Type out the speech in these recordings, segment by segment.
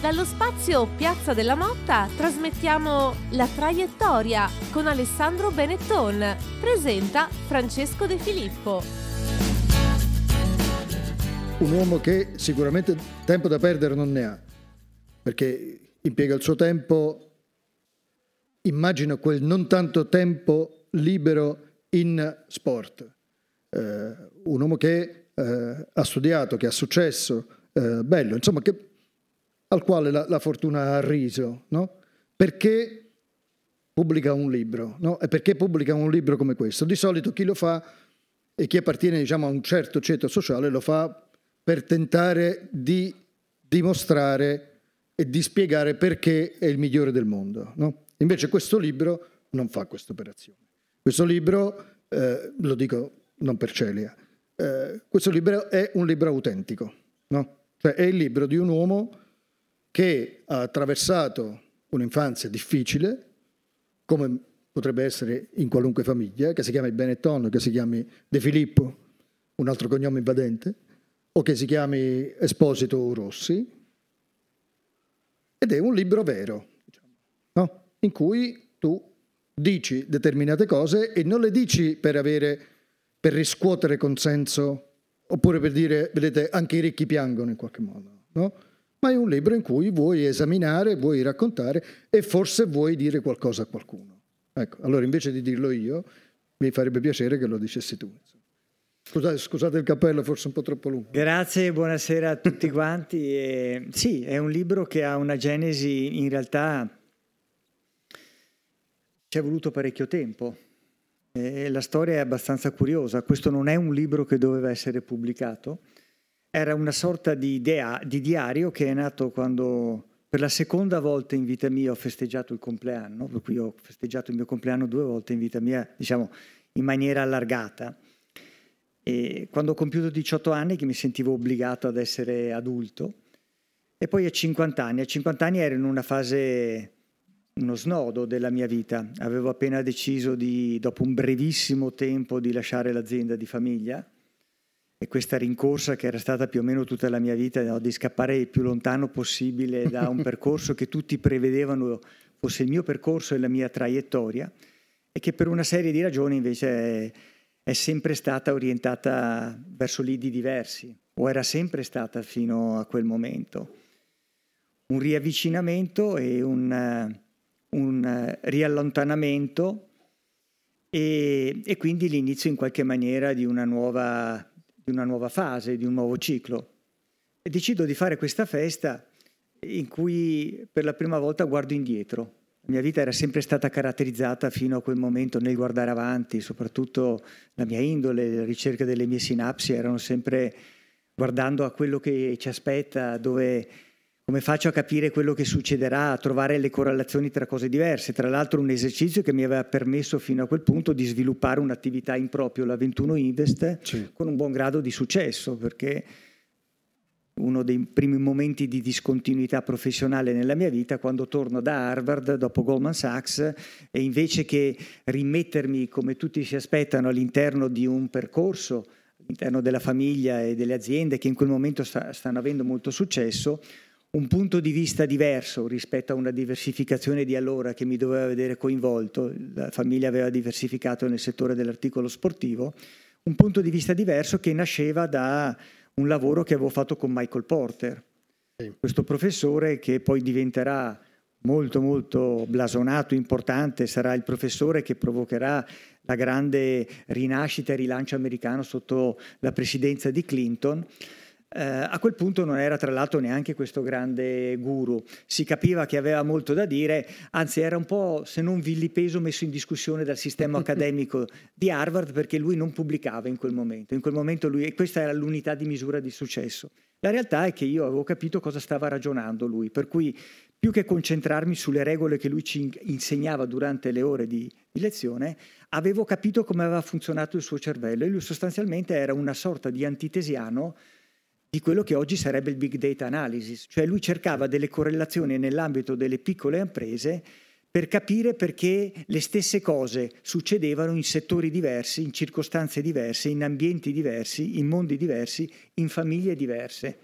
Dallo spazio Piazza della Motta trasmettiamo La Traiettoria con Alessandro Benetton. Presenta Francesco De Filippo. Un uomo che sicuramente tempo da perdere non ne ha, perché impiega il suo tempo, immagino quel non tanto tempo libero in sport. Un uomo che ha studiato, che ha successo, bello, insomma, al quale la fortuna ha riso, no? Perché pubblica un libro, no? E perché pubblica un libro come questo? Di solito chi lo fa e chi appartiene, diciamo, a un certo ceto sociale lo fa per tentare di dimostrare e di spiegare perché è il migliore del mondo, no? Invece questo libro non fa questa operazione. Questo libro, lo dico non per Celia, questo libro è un libro autentico, no? Cioè è il libro di un uomo che ha attraversato un'infanzia difficile, come potrebbe essere in qualunque famiglia, che si chiami Benetton, che si chiami De Filippo, un altro cognome invadente, o che si chiami Esposito Rossi, ed è un libro vero, no? In cui tu dici determinate cose e non le dici per riscuotere consenso, oppure per dire, vedete, anche i ricchi piangono in qualche modo, no? Ma è un libro in cui vuoi esaminare, vuoi raccontare e forse vuoi dire qualcosa a qualcuno. Ecco, allora invece di dirlo io, mi farebbe piacere che lo dicessi tu. Scusate il cappello, forse un po' troppo lungo. Grazie, buonasera a tutti quanti. Sì, è un libro che ha una genesi, in realtà ci è voluto parecchio tempo. La storia è abbastanza curiosa. Questo non è un libro che doveva essere pubblicato. Era una sorta di diario che è nato quando per la seconda volta in vita mia ho festeggiato il compleanno, per cui ho festeggiato il mio compleanno 2 volte in vita mia, diciamo, in maniera allargata. E quando ho compiuto 18 anni che mi sentivo obbligato ad essere adulto, e poi a 50 anni. A 50 anni ero in una fase, uno snodo della mia vita. Avevo appena deciso dopo un brevissimo tempo, di lasciare l'azienda di famiglia. E questa rincorsa che era stata più o meno tutta la mia vita, no, di scappare il più lontano possibile da un percorso che tutti prevedevano fosse il mio percorso e la mia traiettoria, e che per una serie di ragioni invece è sempre stata orientata verso lidi diversi, o era sempre stata fino a quel momento. Un riavvicinamento e un riallontanamento e quindi l'inizio in qualche maniera di una nuova fase, di un nuovo ciclo. E decido di fare questa festa in cui per la prima volta guardo indietro. La mia vita era sempre stata caratterizzata fino a quel momento nel guardare avanti, soprattutto la mia indole, la ricerca delle mie sinapsi erano sempre guardando a quello che ci aspetta, come faccio a capire quello che succederà, a trovare le correlazioni tra cose diverse. Tra l'altro un esercizio che mi aveva permesso fino a quel punto di sviluppare un'attività in proprio, la 21 Invest, sì, con un buon grado di successo, perché uno dei primi momenti di discontinuità professionale nella mia vita, quando torno da Harvard dopo Goldman Sachs, e invece che rimettermi, come tutti si aspettano, all'interno di un percorso, all'interno della famiglia e delle aziende che in quel momento stanno avendo molto successo, un punto di vista diverso rispetto a una diversificazione di allora che mi doveva vedere coinvolto. La famiglia aveva diversificato nel settore dell'articolo sportivo, un punto di vista diverso che nasceva da un lavoro che avevo fatto con Michael Porter, questo professore che poi diventerà molto molto blasonato, importante, sarà il professore che provocherà la grande rinascita e rilancio americano sotto la presidenza di Clinton. A quel punto non era tra l'altro neanche questo grande guru, si capiva che aveva molto da dire, anzi era un po', se non vilipeso, messo in discussione dal sistema accademico di Harvard, perché lui non pubblicava in quel momento lui, e questa era l'unità di misura di successo. La realtà è che io avevo capito cosa stava ragionando lui, per cui più che concentrarmi sulle regole che lui ci insegnava durante le ore di lezione, avevo capito come aveva funzionato il suo cervello, e lui sostanzialmente era una sorta di antitesiano di quello che oggi sarebbe il big data analysis, cioè lui cercava delle correlazioni nell'ambito delle piccole imprese per capire perché le stesse cose succedevano in settori diversi, in circostanze diverse, in ambienti diversi, in mondi diversi, in famiglie diverse.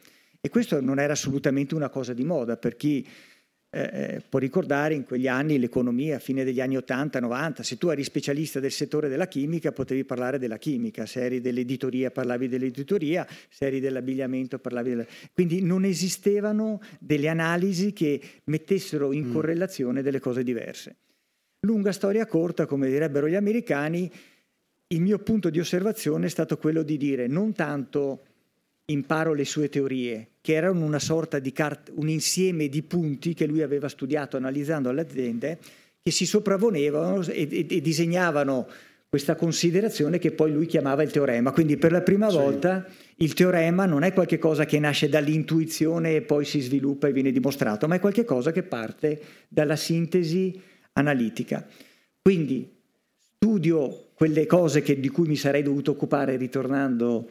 E questo non era assolutamente una cosa di moda, per chi può ricordare in quegli anni l'economia, a fine degli anni 80-90, se tu eri specialista del settore della chimica potevi parlare della chimica, se eri dell'editoria parlavi dell'editoria, se eri dell'abbigliamento parlavi della... Quindi non esistevano delle analisi che mettessero in correlazione delle cose diverse. Lunga storia corta, come direbbero gli americani, il mio punto di osservazione è stato quello di dire non tanto imparo le sue teorie, che erano una sorta di un insieme di punti che lui aveva studiato analizzando le aziende, che si sopravponevano e disegnavano questa considerazione che poi lui chiamava il teorema. Quindi per la prima volta il teorema non è qualche cosa che nasce dall'intuizione e poi si sviluppa e viene dimostrato, ma è qualche cosa che parte dalla sintesi analitica. Quindi studio quelle cose di cui mi sarei dovuto occupare ritornando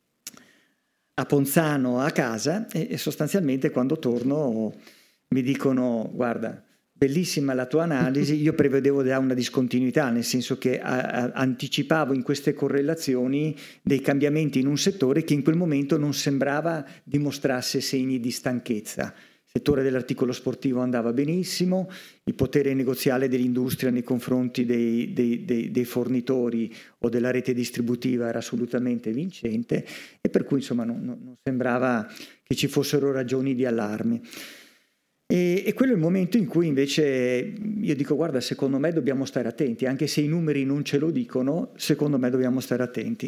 a Ponzano a casa, e sostanzialmente quando torno mi dicono: guarda, bellissima la tua analisi, io prevedevo già una discontinuità, nel senso che anticipavo in queste correlazioni dei cambiamenti in un settore che in quel momento non sembrava dimostrasse segni di stanchezza. Il settore dell'articolo sportivo andava benissimo, il potere negoziale dell'industria nei confronti dei fornitori o della rete distributiva era assolutamente vincente, e per cui insomma non sembrava che ci fossero ragioni di allarme. E quello è il momento in cui invece io dico: guarda, secondo me dobbiamo stare attenti, anche se i numeri non ce lo dicono, secondo me dobbiamo stare attenti.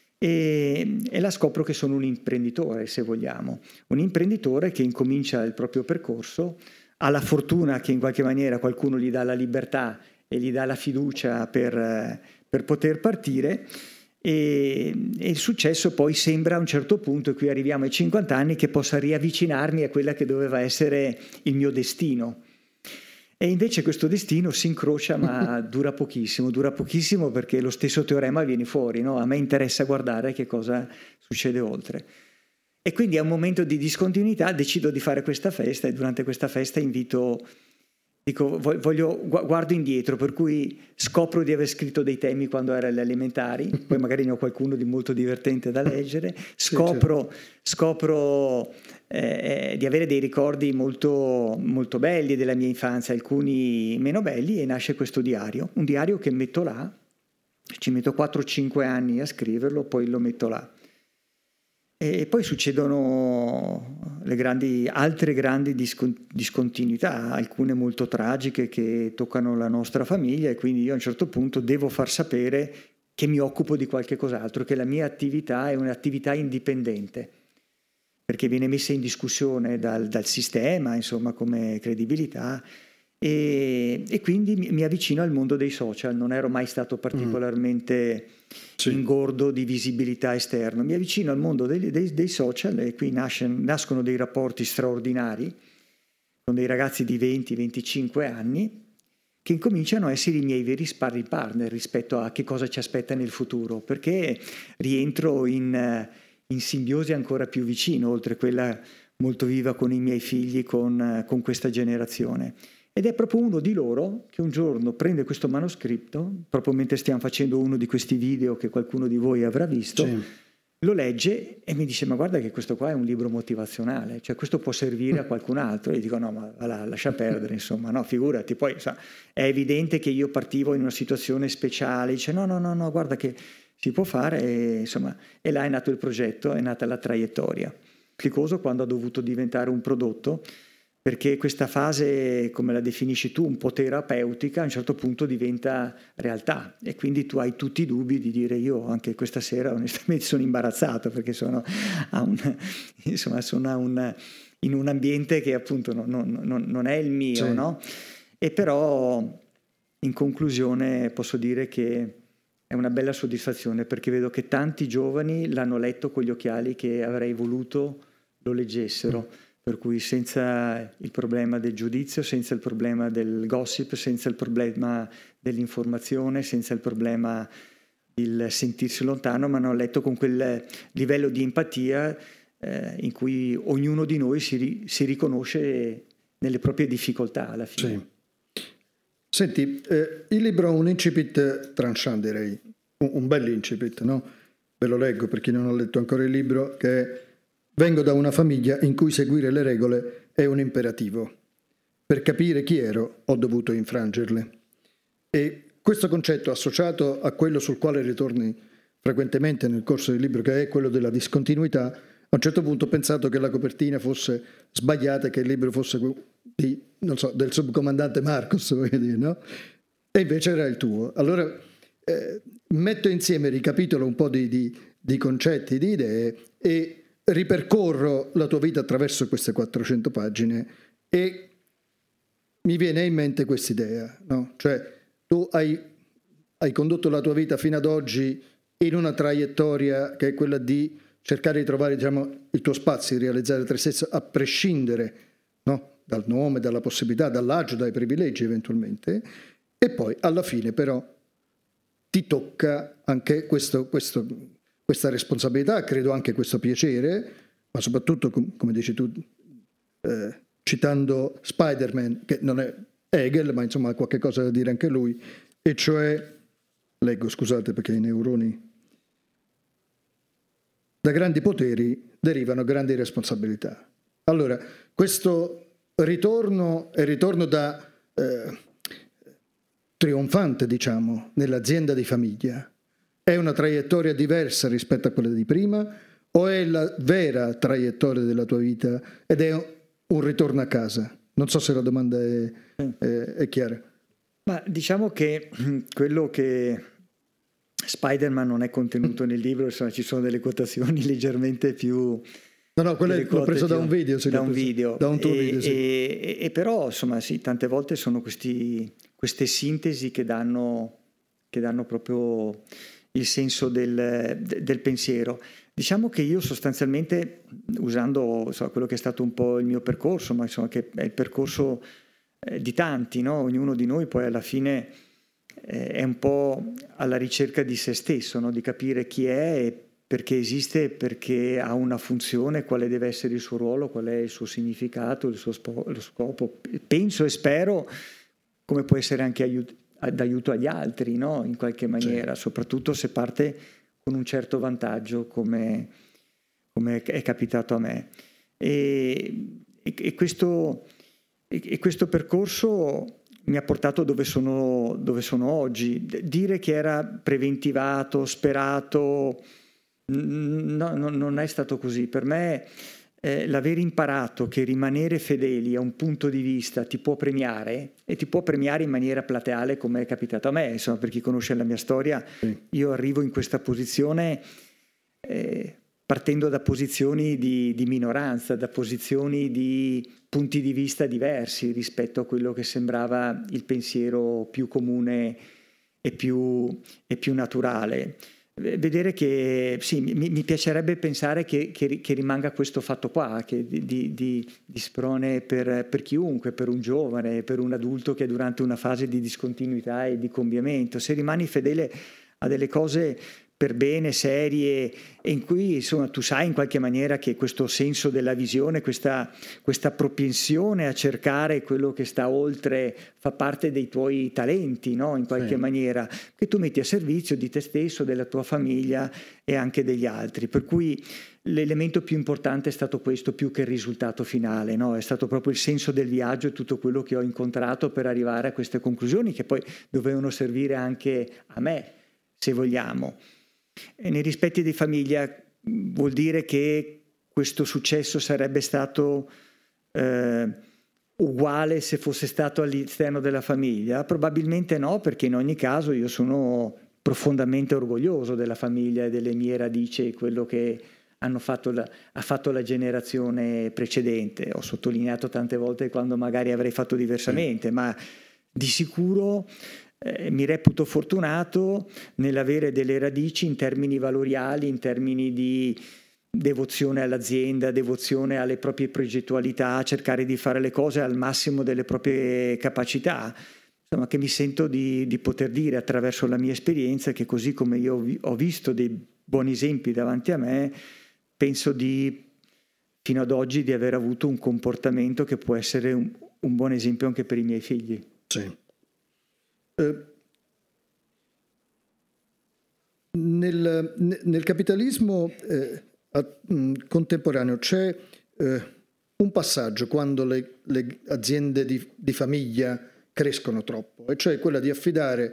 E la scopro che sono un imprenditore, se vogliamo, un imprenditore che incomincia il proprio percorso, ha la fortuna che in qualche maniera qualcuno gli dà la libertà e gli dà la fiducia per poter partire, e il successo poi sembra a un certo punto, e qui arriviamo ai 50 anni, che possa riavvicinarmi a quella che doveva essere il mio destino. E invece questo destino si incrocia, ma dura pochissimo perché lo stesso teorema viene fuori, no? A me interessa guardare che cosa succede oltre. E quindi a un momento di discontinuità decido di fare questa festa, e durante questa festa guardo indietro, per cui scopro di aver scritto dei temi quando ero alle elementari, poi magari ne ho qualcuno di molto divertente da leggere, scopro di avere dei ricordi molto, molto belli della mia infanzia, alcuni meno belli, e nasce questo diario, un diario che metto là, ci metto 4-5 anni a scriverlo, poi lo metto là. E poi succedono altre grandi discontinuità, alcune molto tragiche che toccano la nostra famiglia, e quindi io a un certo punto devo far sapere che mi occupo di qualche cos'altro, che la mia attività è un'attività indipendente, perché viene messa in discussione dal sistema, insomma, come credibilità, e quindi mi avvicino al mondo dei social. Non ero mai stato particolarmente ingordo di visibilità esterna, mi avvicino al mondo dei social, e qui nascono dei rapporti straordinari con dei ragazzi di 20-25 anni che incominciano a essere i miei veri sparring partner rispetto a che cosa ci aspetta nel futuro, perché rientro in simbiosi ancora più vicino, oltre quella molto viva con i miei figli, con questa generazione. Ed è proprio uno di loro che un giorno prende questo manoscritto, proprio mentre stiamo facendo uno di questi video che qualcuno di voi avrà visto, lo legge e mi dice: ma guarda che questo qua è un libro motivazionale, cioè questo può servire a qualcun altro. E dico: no, ma lascia perdere, insomma, no, figurati. Poi è evidente che io partivo in una situazione speciale. Dice: no, guarda che si può fare, e insomma, e là è nato il progetto, è nata la traiettoria. Complicoso quando ha dovuto diventare un prodotto, perché questa fase, come la definisci tu, un po' terapeutica, a un certo punto diventa realtà, e quindi tu hai tutti i dubbi di dire: io anche questa sera onestamente sono imbarazzato, perché sono in un ambiente che appunto non è il mio, no? E però in conclusione posso dire che è una bella soddisfazione, perché vedo che tanti giovani l'hanno letto con gli occhiali che avrei voluto lo leggessero. Per cui senza il problema del giudizio, senza il problema del gossip, senza il problema dell'informazione, senza il problema del sentirsi lontano, ma hanno letto con quel livello di empatia in cui ognuno di noi si riconosce nelle proprie difficoltà alla fine. Sì. Senti, il libro ha un incipit tranchant, direi, un bel incipit, no? Ve lo leggo per chi non ha letto ancora il libro, che è: vengo da una famiglia in cui seguire le regole è un imperativo. Per capire chi ero ho dovuto infrangerle. E questo concetto, associato a quello sul quale ritorni frequentemente nel corso del libro, che è quello della discontinuità, a un certo punto ho pensato che la copertina fosse sbagliata, che il libro fosse del subcomandante Marcos, voglio dire, no? E invece era il tuo. Allora metto insieme, ricapitolo un po' di concetti, di idee e ripercorro la tua vita attraverso queste 400 pagine e mi viene in mente quest'idea, no? Cioè tu hai condotto la tua vita fino ad oggi in una traiettoria che è quella di cercare di trovare, diciamo, il tuo spazio, di realizzare te stesso, a prescindere, no? Dal nome, dalla possibilità, dall'agio, dai privilegi eventualmente, e poi alla fine però ti tocca anche questa responsabilità, credo anche questo piacere, ma soprattutto, come dici tu, citando Spider-Man, che non è Hegel, ma insomma ha qualche cosa da dire anche lui, e cioè, leggo, scusate perché i neuroni, da grandi poteri derivano grandi responsabilità. Allora, questo ritorno è ritorno da trionfante, diciamo, nell'azienda di famiglia. È una traiettoria diversa rispetto a quella di prima o è la vera traiettoria della tua vita ed è un ritorno a casa? Non so se la domanda è chiara. Ma diciamo che quello che Spider-Man non è contenuto nel libro, insomma, ci sono delle quotazioni leggermente più... No, quello l'ho preso da un video. Da un video. Da un tuo video, sì. E però, insomma, sì, tante volte sono queste sintesi che danno proprio il senso del pensiero. Diciamo che io sostanzialmente, usando insomma, quello che è stato un po' il mio percorso, ma insomma che è il percorso di tanti, no? Ognuno di noi poi alla fine è un po' alla ricerca di se stesso, no? Di capire chi è e perché esiste, perché ha una funzione, quale deve essere il suo ruolo, qual è il suo significato, lo scopo. Penso e spero come può essere anche d'aiuto agli altri, no? In qualche maniera, sì. Soprattutto se parte con un certo vantaggio come è capitato a me. E questo percorso mi ha portato dove sono oggi. Dire che era preventivato, sperato, no, non è stato così. Per me l'aver imparato che rimanere fedeli a un punto di vista ti può premiare, e ti può premiare in maniera plateale come è capitato a me. Insomma, per chi conosce la mia storia, io arrivo in questa posizione partendo da posizioni di minoranza, da posizioni di punti di vista diversi rispetto a quello che sembrava il pensiero più comune e più naturale. Vedere che sì, mi piacerebbe pensare che rimanga questo fatto qua, che di sprone per chiunque, per un giovane, per un adulto che è durante una fase di discontinuità e di cambiamento. Se rimani fedele a delle cose per bene, serie, e in cui insomma tu sai in qualche maniera che questo senso della visione, questa propensione a cercare quello che sta oltre fa parte dei tuoi talenti, no? In qualche maniera, che tu metti a servizio di te stesso, della tua famiglia e anche degli altri. Per cui l'elemento più importante è stato questo, più che il risultato finale, no? È stato proprio il senso del viaggio e tutto quello che ho incontrato per arrivare a queste conclusioni che poi dovevano servire anche a me, se vogliamo. E nei rispetti di famiglia vuol dire che questo successo sarebbe stato uguale se fosse stato all'esterno della famiglia? Probabilmente no, perché in ogni caso io sono profondamente orgoglioso della famiglia e delle mie radici e quello che ha fatto la generazione precedente. Ho sottolineato tante volte quando magari avrei fatto diversamente, ma di sicuro mi reputo fortunato nell'avere delle radici in termini valoriali, in termini di devozione all'azienda, devozione alle proprie progettualità, cercare di fare le cose al massimo delle proprie capacità. Insomma, che mi sento di poter dire attraverso la mia esperienza che così come io ho visto dei buoni esempi davanti a me, penso fino ad oggi di aver avuto un comportamento che può essere un buon esempio anche per i miei figli. Sì. Nel capitalismo contemporaneo c'è un passaggio quando le aziende di famiglia crescono troppo, e cioè quella di affidare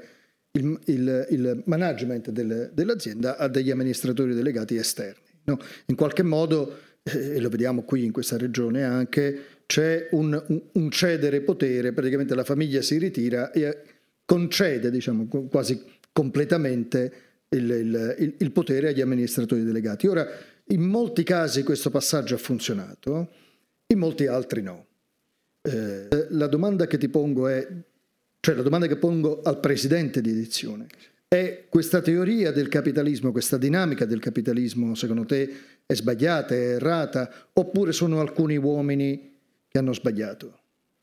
il management dell'azienda a degli amministratori delegati esterni, no? In qualche modo, e lo vediamo qui in questa regione anche, c'è un cedere potere, praticamente la famiglia si ritira e concede, diciamo, quasi completamente il potere agli amministratori delegati. Ora, in molti casi questo passaggio ha funzionato, in molti altri no. La domanda che ti pongo la domanda che pongo al presidente di Edizione, è questa teoria del capitalismo, questa dinamica del capitalismo, secondo te è sbagliata, è errata, oppure sono alcuni uomini che hanno sbagliato?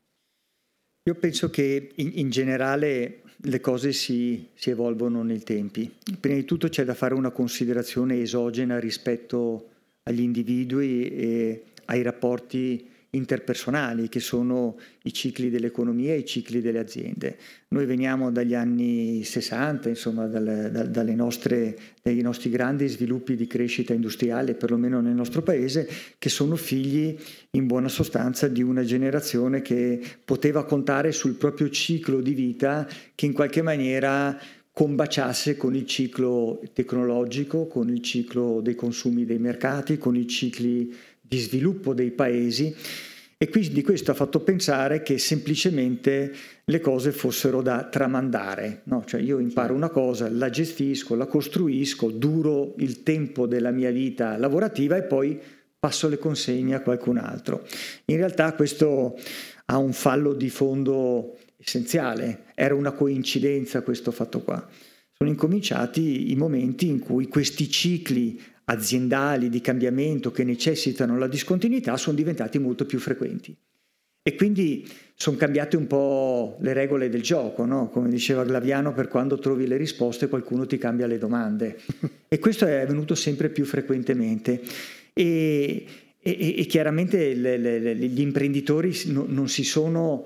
Io penso che in generale le cose si evolvono nei tempi. Prima di tutto c'è da fare una considerazione esogena rispetto agli individui e ai rapporti interpersonali, che sono i cicli dell'economia e i cicli delle aziende. Noi veniamo dagli anni 60, insomma, dai nostri grandi sviluppi di crescita industriale, perlomeno nel nostro paese, che sono figli in buona sostanza di una generazione che poteva contare sul proprio ciclo di vita, che in qualche maniera combaciasse con il ciclo tecnologico, con il ciclo dei consumi dei mercati, con i cicli di sviluppo dei paesi, e quindi questo ha fatto pensare che semplicemente le cose fossero da tramandare, no? Cioè io imparo una cosa, la gestisco, la costruisco, duro il tempo della mia vita lavorativa e poi passo le consegne a qualcun altro. In realtà questo ha un fallo di fondo essenziale, era una coincidenza questo fatto qua. Sono incominciati i momenti in cui questi cicli aziendali di cambiamento che necessitano la discontinuità sono diventati molto più frequenti, e quindi sono cambiate un po' le regole del gioco, no? Come diceva Glaviano, per quando trovi le risposte qualcuno ti cambia le domande e questo è avvenuto sempre più frequentemente e chiaramente gli imprenditori non si sono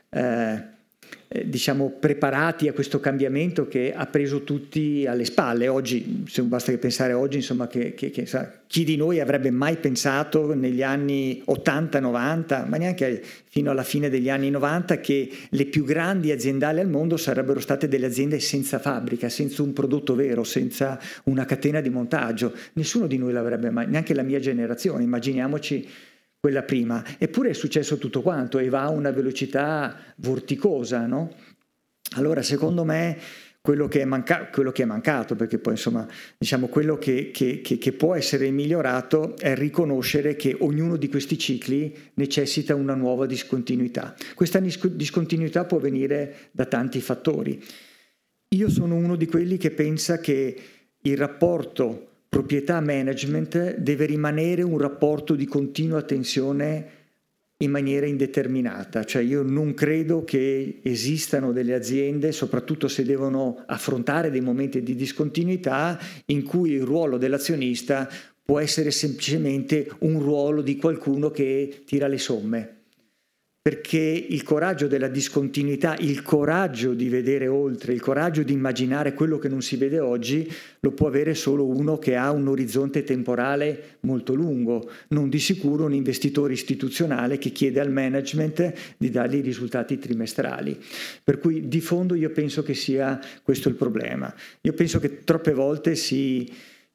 diciamo preparati a questo cambiamento che ha preso tutti alle spalle. Oggi, basta che pensare oggi, insomma, che chi di noi avrebbe mai pensato negli anni 80-90, ma neanche fino alla fine degli anni 90, che le più grandi aziendali al mondo sarebbero state delle aziende senza fabbrica, senza un prodotto vero, senza una catena di montaggio. Nessuno di noi l'avrebbe mai, neanche la mia generazione, immaginiamoci quella prima. Eppure è successo tutto quanto e va a una velocità vorticosa, no? Allora, secondo me, quello che è mancato, perché poi insomma, diciamo, quello che può essere migliorato è riconoscere che ognuno di questi cicli necessita una nuova discontinuità. Questa discontinuità può venire da tanti fattori. Io sono uno di quelli che pensa che il rapporto proprietà-management deve rimanere un rapporto di continua tensione in maniera indeterminata, cioè io non credo che esistano delle aziende, soprattutto se devono affrontare dei momenti di discontinuità, in cui il ruolo dell'azionista può essere semplicemente un ruolo di qualcuno che tira le somme. Perché il coraggio della discontinuità, il coraggio di vedere oltre, il coraggio di immaginare quello che non si vede oggi, lo può avere solo uno che ha un orizzonte temporale molto lungo, non di sicuro un investitore istituzionale che chiede al management di dargli i risultati trimestrali. Per cui di fondo io penso che sia questo il problema. Io penso che troppe volte ci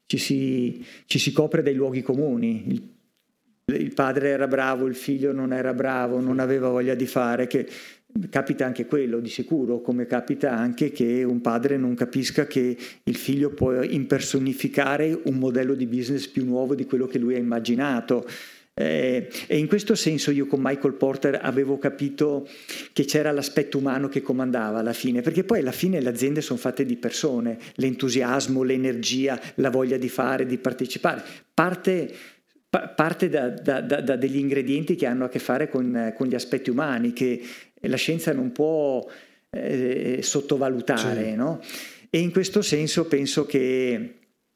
si copre dai luoghi comuni. Il padre era bravo, il figlio non era bravo, non aveva voglia di fare, che capita anche quello di sicuro, come capita anche che un padre non capisca che il figlio può impersonificare un modello di business più nuovo di quello che lui ha immaginato. E in questo senso io con Michael Porter avevo capito che c'era l'aspetto umano che comandava alla fine, perché poi alla fine le aziende sono fatte di persone, l'entusiasmo, l'energia, la voglia di fare, di partecipare, parte da degli ingredienti che hanno a che fare con gli aspetti umani, che la scienza non può sottovalutare, sì. No? E in questo senso penso che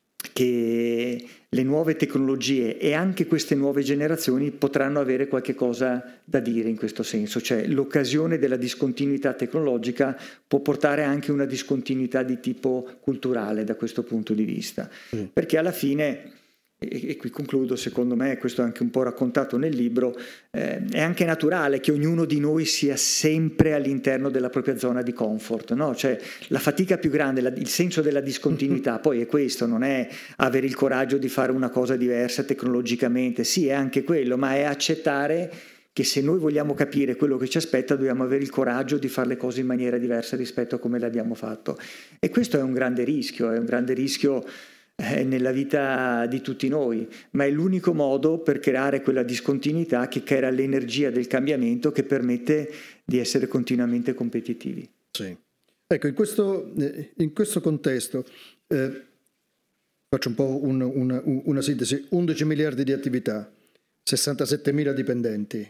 le nuove tecnologie e anche queste nuove generazioni potranno avere qualche cosa da dire in questo senso, cioè l'occasione della discontinuità tecnologica può portare anche una discontinuità di tipo culturale da questo punto di vista, perché alla fine e qui concludo, secondo me, questo è anche un po' raccontato nel libro, è anche naturale che ognuno di noi sia sempre all'interno della propria zona di comfort, no? Cioè la fatica più grande, il senso della discontinuità, poi è questo, non è avere il coraggio di fare una cosa diversa tecnologicamente, sì, è anche quello, ma è accettare che se noi vogliamo capire quello che ci aspetta dobbiamo avere il coraggio di fare le cose in maniera diversa rispetto a come le abbiamo fatto. E questo è un grande rischio nella vita di tutti noi, ma è l'unico modo per creare quella discontinuità che crea l'energia del cambiamento che permette di essere continuamente competitivi. Sì. Ecco, in questo contesto faccio un po' una sintesi: 11 miliardi di attività, 67.000 dipendenti,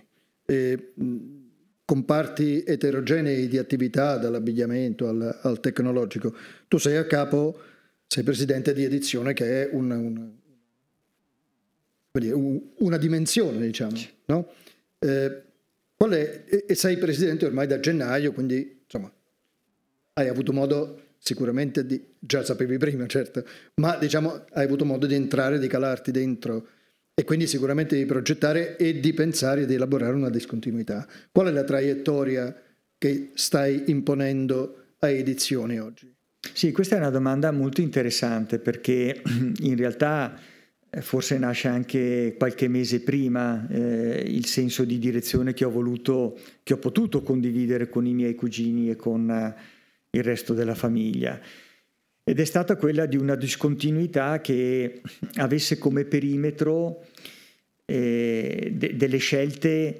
comparti eterogenei di attività, dall'abbigliamento al tecnologico. Tu sei a capo, sei presidente di Edizione, che è una dimensione, diciamo, no? Qual è? E sei presidente ormai da gennaio, quindi insomma hai avuto modo sicuramente già sapevi prima, certo, ma diciamo hai avuto modo di entrare, di calarti dentro e quindi sicuramente di progettare e di pensare e di elaborare una discontinuità. Qual è la traiettoria che stai imponendo a Edizioni oggi? Sì, questa è una domanda molto interessante, perché in realtà forse nasce anche qualche mese prima il senso di direzione che ho potuto condividere con i miei cugini e con il resto della famiglia. Ed è stata quella di una discontinuità che avesse come perimetro delle scelte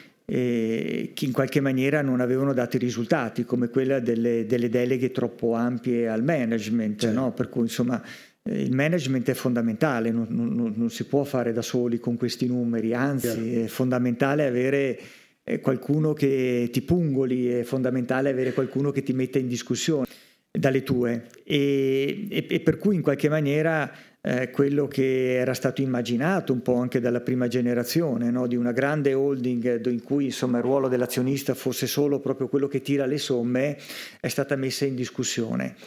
che in qualche maniera non avevano dato i risultati, come quella delle deleghe troppo ampie al management, sì. No? Per cui insomma il management è fondamentale, non si può fare da soli con questi numeri, anzi è fondamentale avere qualcuno che ti pungoli, è fondamentale avere qualcuno che ti metta in discussione dalle tue e per cui in qualche maniera quello che era stato immaginato un po' anche dalla prima generazione, no? Di una grande holding in cui insomma il ruolo dell'azionista fosse solo proprio quello che tira le somme, è stata messa in discussione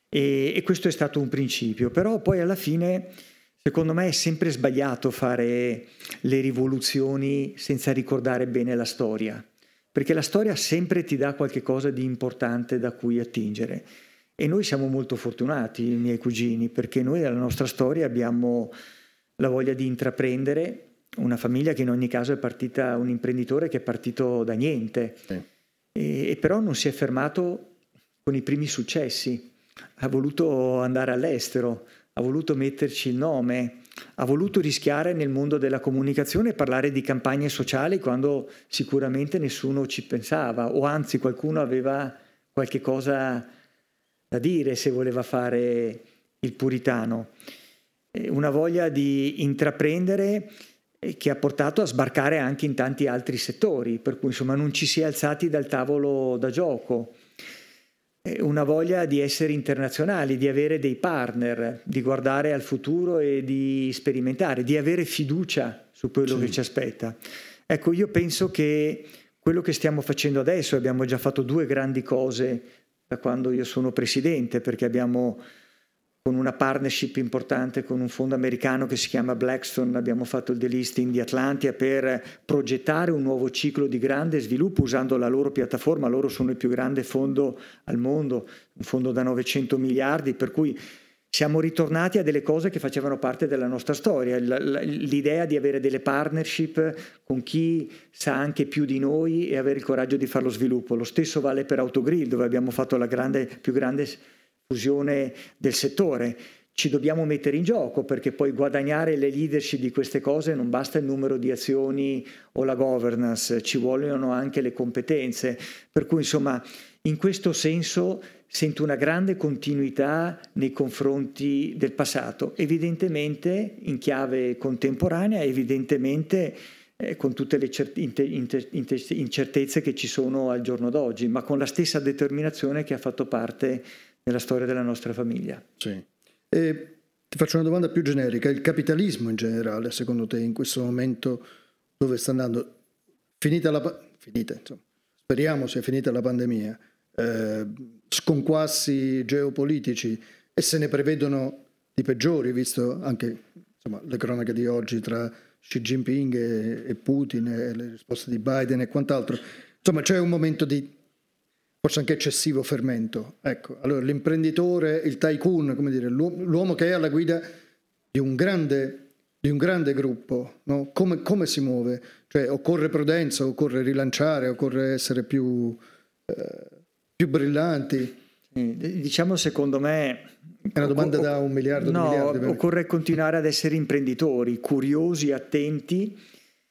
e questo è stato un principio. Però poi alla fine secondo me è sempre sbagliato fare le rivoluzioni senza ricordare bene la storia, perché la storia sempre ti dà qualche cosa di importante da cui attingere. E noi siamo molto fortunati, i miei cugini, perché noi nella nostra storia abbiamo la voglia di intraprendere, una famiglia che in ogni caso è partita, un imprenditore che è partito da niente, sì. e però non si è fermato con i primi successi, ha voluto andare all'estero, ha voluto metterci il nome, ha voluto rischiare nel mondo della comunicazione e parlare di campagne sociali quando sicuramente nessuno ci pensava, o anzi qualcuno aveva qualche cosa da dire se voleva fare il puritano. Una voglia di intraprendere che ha portato a sbarcare anche in tanti altri settori, per cui insomma non ci si è alzati dal tavolo da gioco. Una voglia di essere internazionali, di avere dei partner, di guardare al futuro e di sperimentare, di avere fiducia su quello sì. che ci aspetta. Ecco, io penso che quello che stiamo facendo adesso, abbiamo già fatto 2 grandi cose da quando io sono presidente, perché abbiamo con una partnership importante con un fondo americano che si chiama Blackstone, abbiamo fatto il delisting di Atlantia per progettare un nuovo ciclo di grande sviluppo usando la loro piattaforma. Loro sono il più grande fondo al mondo, un fondo da 900 miliardi, per cui siamo ritornati a delle cose che facevano parte della nostra storia, l'idea di avere delle partnership con chi sa anche più di noi e avere il coraggio di fare lo sviluppo. Lo stesso vale per Autogrill, dove abbiamo fatto la più grande fusione del settore. Ci dobbiamo mettere in gioco, perché poi guadagnare le leadership di queste cose non basta il numero di azioni o la governance, ci vogliono anche le competenze. Per cui insomma in questo senso sento una grande continuità nei confronti del passato, evidentemente in chiave contemporanea, evidentemente con tutte le incertezze che ci sono al giorno d'oggi, ma con la stessa determinazione che ha fatto parte della storia della nostra famiglia. Sì. E ti faccio una domanda più generica: il capitalismo in generale, secondo te, in questo momento dove sta andando? Insomma, speriamo sia finita la pandemia, sconquassi geopolitici, e se ne prevedono di peggiori, visto anche insomma, le cronache di oggi tra Xi Jinping e Putin e le risposte di Biden e quant'altro. Insomma, c'è un momento di forse anche eccessivo fermento. Ecco, allora l'imprenditore, il tycoon, come dire, l'uomo che è alla guida di un grande gruppo, no? Come si muove? Cioè, occorre prudenza, occorre rilanciare, occorre essere più brillanti. Diciamo, secondo me, è una domanda da 1 miliardo di miliardi. Occorre continuare ad essere imprenditori, curiosi, attenti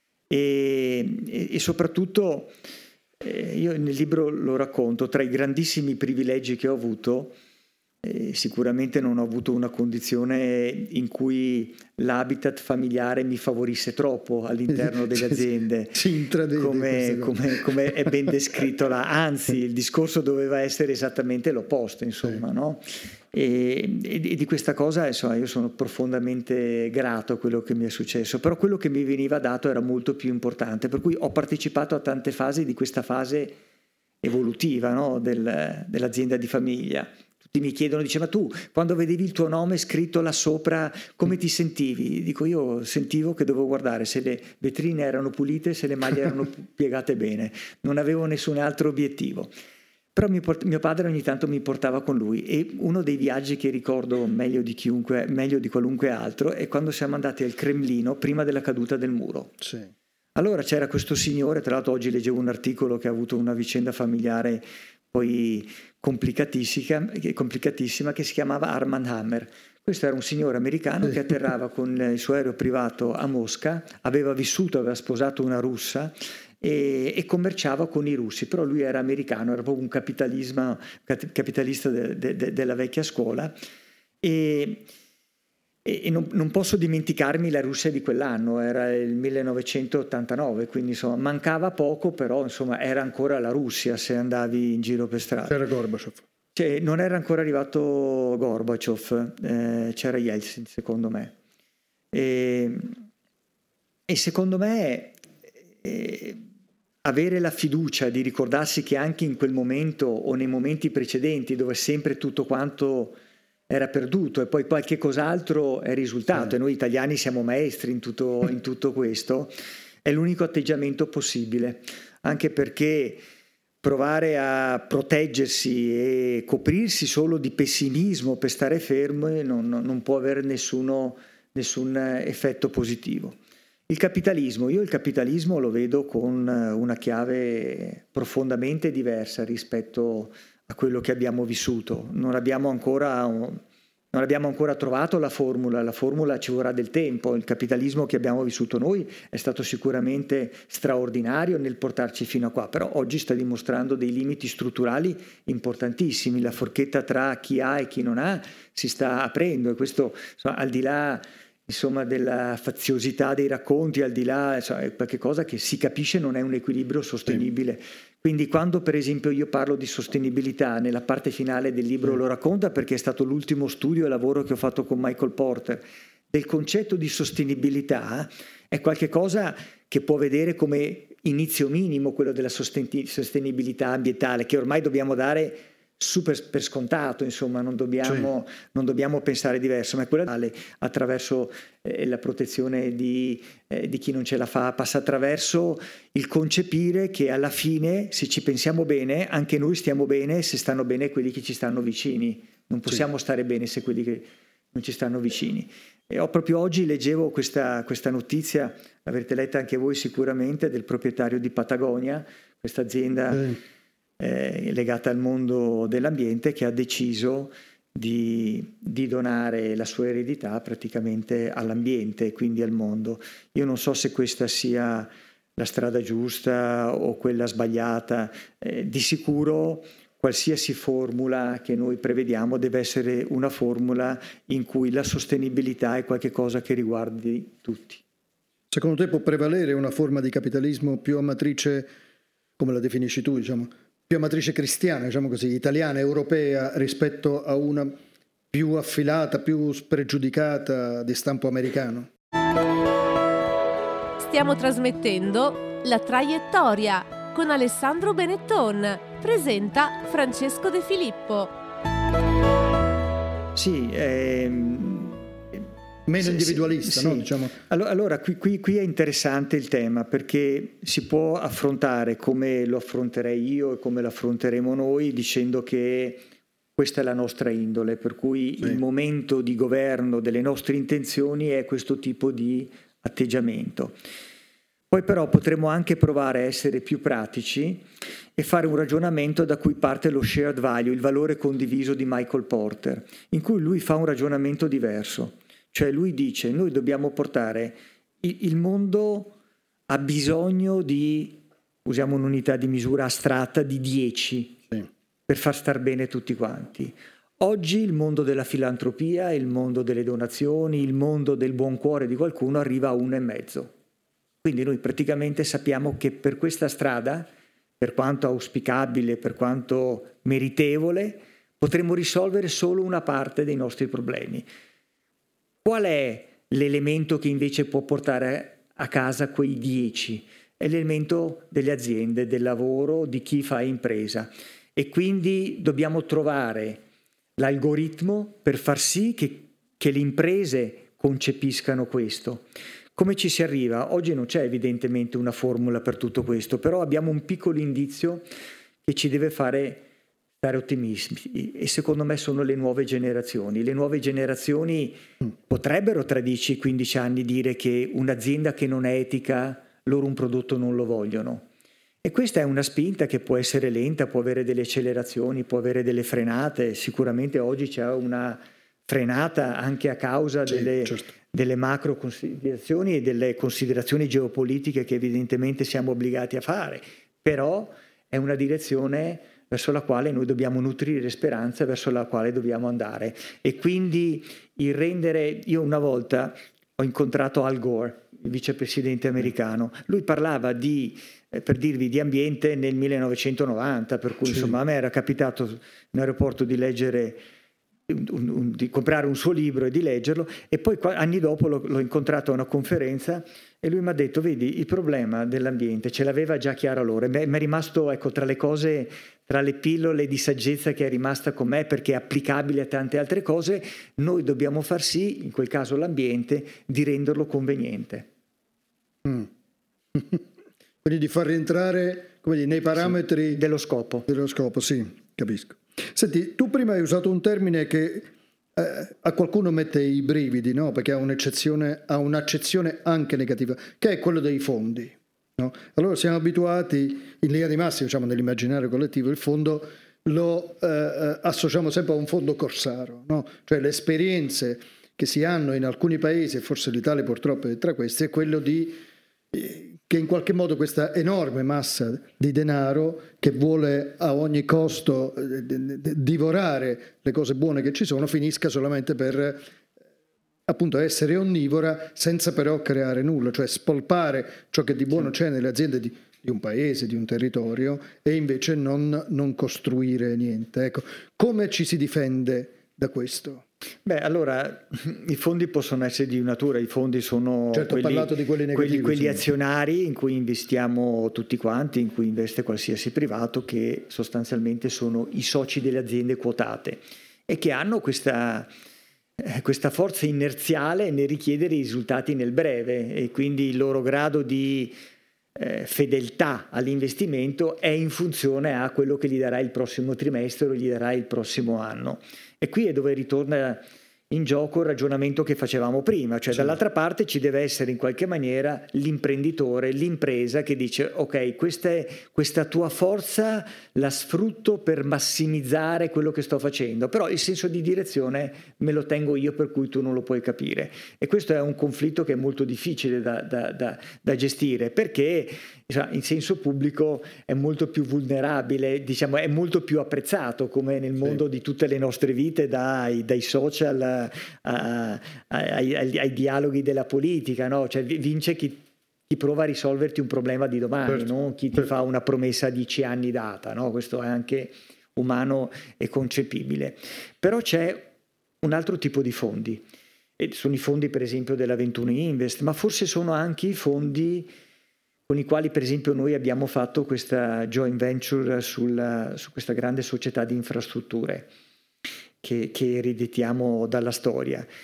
e soprattutto, io nel libro lo racconto, tra i grandissimi privilegi che ho avuto, sicuramente non ho avuto una condizione in cui l'habitat familiare mi favorisse troppo all'interno delle aziende, come è ben descritto là. Anzi, il discorso doveva essere esattamente l'opposto, insomma, no? E di questa cosa, insomma, io sono profondamente grato a quello che mi è successo, però quello che mi veniva dato era molto più importante, per cui ho partecipato a tante fasi di questa fase evolutiva, no? dell'azienda di famiglia. Tutti mi chiedono, dice, ma tu quando vedevi il tuo nome scritto là sopra come ti sentivi? Dico, io sentivo che dovevo guardare se le vetrine erano pulite, se le maglie erano piegate bene, non avevo nessun altro obiettivo. Però mio padre ogni tanto mi portava con lui, e uno dei viaggi che ricordo meglio di qualunque altro è quando siamo andati al Cremlino prima della caduta del muro. Sì. Allora c'era questo signore, tra l'altro oggi leggevo un articolo che ha avuto una vicenda familiare poi complicatissima, che si chiamava Armand Hammer. Questo era un signore americano che atterrava con il suo aereo privato a Mosca, aveva sposato una russa e commerciava con i russi, però lui era americano, era proprio un capitalista della vecchia scuola, e non posso dimenticarmi la Russia di quell'anno, era il 1989, quindi insomma mancava poco, però insomma era ancora la Russia se andavi in giro per strada. C'era Gorbaciov. Cioè, non era ancora arrivato Gorbaciov, c'era Yeltsin secondo me. E secondo me avere la fiducia di ricordarsi che anche in quel momento o nei momenti precedenti dove sempre tutto quanto era perduto e poi qualche cos'altro è risultato, e noi italiani siamo maestri in tutto questo, è l'unico atteggiamento possibile, anche perché provare a proteggersi e coprirsi solo di pessimismo per stare fermi non può avere nessun effetto positivo. Io il capitalismo lo vedo con una chiave profondamente diversa rispetto a quello che abbiamo vissuto. Non abbiamo ancora trovato la formula ci vorrà del tempo. Il capitalismo che abbiamo vissuto noi è stato sicuramente straordinario nel portarci fino a qua, però oggi sta dimostrando dei limiti strutturali importantissimi. La forchetta tra chi ha e chi non ha si sta aprendo, e questo, insomma, al di là della faziosità dei racconti, al di là, è qualcosa che si capisce non è un equilibrio sostenibile. Quindi quando per esempio io parlo di sostenibilità, nella parte finale del libro lo racconta, perché è stato l'ultimo studio e lavoro che ho fatto con Michael Porter, del concetto di sostenibilità, è qualcosa che può vedere come inizio minimo quello della sostenibilità ambientale, che ormai dobbiamo dare super per scontato, insomma, non dobbiamo pensare diverso, ma è quella attraverso la protezione di chi non ce la fa, passa attraverso il concepire che alla fine, se ci pensiamo bene, anche noi stiamo bene se stanno bene quelli che ci stanno vicini. Non possiamo stare bene se quelli che non ci stanno vicini. E proprio oggi leggevo questa notizia, l'avrete letta anche voi sicuramente, del proprietario di Patagonia, questa azienda legata al mondo dell'ambiente, che ha deciso di donare la sua eredità praticamente all'ambiente, quindi al mondo. Io non so se questa sia la strada giusta o quella sbagliata, di sicuro qualsiasi formula che noi prevediamo deve essere una formula in cui la sostenibilità è qualcosa che riguardi tutti. Secondo te può prevalere una forma di capitalismo più a matrice, come la definisci tu, più a matrice cristiana, così, italiana, europea, rispetto a una più affilata, più spregiudicata di stampo americano? Stiamo trasmettendo La Traiettoria con Alessandro Benetton. Presenta Francesco De Filippo. Sì, meno individualista, sì. No? Diciamo. Allora qui è interessante il tema, perché si può affrontare come lo affronterei io e come lo affronteremo noi, dicendo che questa è la nostra indole, per cui il momento di governo delle nostre intenzioni è questo tipo di atteggiamento. Poi però potremmo anche provare a essere più pratici e fare un ragionamento da cui parte lo shared value, il valore condiviso di Michael Porter, in cui lui fa un ragionamento diverso. Cioè lui dice, noi dobbiamo portare, il mondo ha bisogno di, usiamo un'unità di misura astratta, di 10 per far star bene tutti quanti. Oggi il mondo della filantropia, il mondo delle donazioni, il mondo del buon cuore di qualcuno arriva a 1,5. Quindi noi praticamente sappiamo che per questa strada, per quanto auspicabile, per quanto meritevole, potremo risolvere solo una parte dei nostri problemi. Qual è l'elemento che invece può portare a casa quei 10? È l'elemento delle aziende, del lavoro, di chi fa impresa. E quindi dobbiamo trovare l'algoritmo per far sì che le imprese concepiscano questo. Come ci si arriva? Oggi non c'è evidentemente una formula per tutto questo, però abbiamo un piccolo indizio che ci deve fare stare ottimisti, e secondo me sono le nuove generazioni. Le nuove generazioni potrebbero tra 10-15 anni dire che un'azienda che non è etica, loro un prodotto non lo vogliono. E questa è una spinta che può essere lenta, può avere delle accelerazioni, può avere delle frenate. Sicuramente oggi c'è una frenata anche a causa delle macro considerazioni e delle considerazioni geopolitiche che evidentemente siamo obbligati a fare. Però è una direzione verso la quale noi dobbiamo nutrire speranza, verso la quale dobbiamo andare. E quindi il rendere... Io una volta ho incontrato Al Gore, il vicepresidente americano. Lui parlava per dirvi, di ambiente nel 1990, per cui insomma a me era capitato in aeroporto di leggere, di comprare un suo libro e di leggerlo, e poi anni dopo l'ho incontrato a una conferenza e lui mi ha detto, vedi, il problema dell'ambiente ce l'aveva già chiaro allora. Mi è rimasto, ecco, tra le cose, tra le pillole di saggezza che è rimasta con me, perché è applicabile a tante altre cose, noi dobbiamo far sì, in quel caso l'ambiente, di renderlo conveniente. Quindi di far rientrare, come dire, nei parametri dello scopo. Dello scopo, sì, capisco. Senti, tu prima hai usato un termine che a qualcuno mette i brividi, no? Perché ha un'accezione anche negativa, che è quello dei fondi. No? Allora siamo abituati, in linea di massima, diciamo, nell'immaginario collettivo, il fondo lo associamo sempre a un fondo corsaro, no? Cioè le esperienze che si hanno in alcuni paesi, e forse l'Italia purtroppo è tra questi, è quello di che in qualche modo questa enorme massa di denaro che vuole a ogni costo divorare le cose buone che ci sono, finisca solamente per appunto essere onnivora, senza però creare nulla, cioè spolpare ciò che di buono c'è nelle aziende di un paese, di un territorio, e invece non costruire niente. Ecco, come ci si difende da questo? Beh, allora i fondi possono essere di natura, i fondi sono certo, quelli azionari in cui investiamo tutti quanti, in cui investe qualsiasi privato, che sostanzialmente sono i soci delle aziende quotate e che hanno questa forza inerziale nel richiedere i risultati nel breve, e quindi il loro grado di fedeltà all'investimento è in funzione a quello che gli darà il prossimo trimestre o gli darà il prossimo anno. E qui è dove ritorna in gioco il ragionamento che facevamo prima, cioè dall'altra parte ci deve essere in qualche maniera l'imprenditore, l'impresa che dice ok, questa tua forza la sfrutto per massimizzare quello che sto facendo, però il senso di direzione me lo tengo io, per cui tu non lo puoi capire. E questo è un conflitto che è molto difficile da gestire, perché in senso pubblico è molto più vulnerabile, diciamo, è molto più apprezzato, come nel mondo di tutte le nostre vite, dai social ai dialoghi della politica, no? Cioè vince chi prova a risolverti un problema di domani, non chi ti fa una promessa a 10 anni data, no? Questo è anche umano e concepibile. Però c'è un altro tipo di fondi, e sono i fondi per esempio della 21 Invest, ma forse sono anche i fondi con i quali per esempio noi abbiamo fatto questa joint venture su questa grande società di infrastrutture che ereditiamo dalla storia.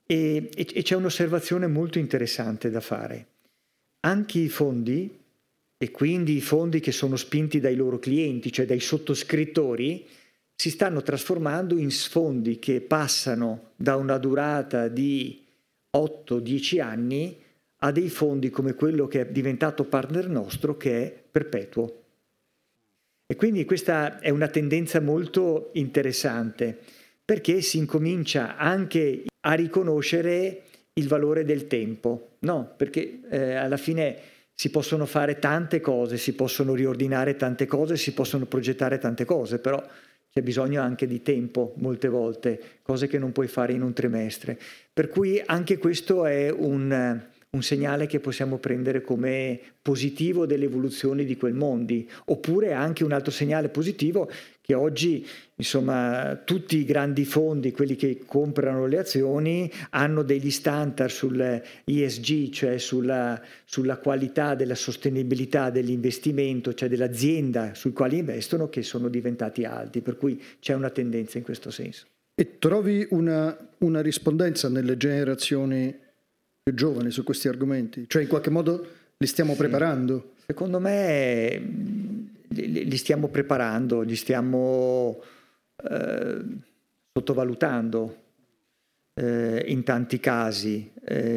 E c'è un'osservazione molto interessante da fare. Anche i fondi, e quindi i fondi che sono spinti dai loro clienti, cioè dai sottoscrittori, si stanno trasformando in fondi che passano da una durata di 8-10 anni a dei fondi come quello che è diventato partner nostro, che è perpetuo. E quindi questa è una tendenza molto interessante, perché si incomincia anche a riconoscere il valore del tempo, no? Perché alla fine si possono fare tante cose, si possono riordinare tante cose, si possono progettare tante cose, però c'è bisogno anche di tempo molte volte, cose che non puoi fare in un trimestre. Per cui anche questo è un segnale che possiamo prendere come positivo dell'evoluzione di quel mondi, oppure anche un altro segnale positivo che oggi, insomma, tutti i grandi fondi, quelli che comprano le azioni, hanno degli standard sul ESG, cioè sulla qualità della sostenibilità dell'investimento, cioè dell'azienda sui quali investono, che sono diventati alti, per cui c'è una tendenza in questo senso. E trovi una rispondenza nelle generazioni più giovani su questi argomenti? Cioè in qualche modo li stiamo preparando? Secondo me li stiamo preparando, li stiamo sottovalutando in tanti casi.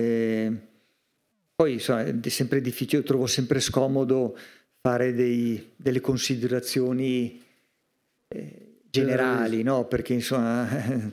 Poi insomma, è sempre difficile, io trovo sempre scomodo fare delle considerazioni generali, no? Perché insomma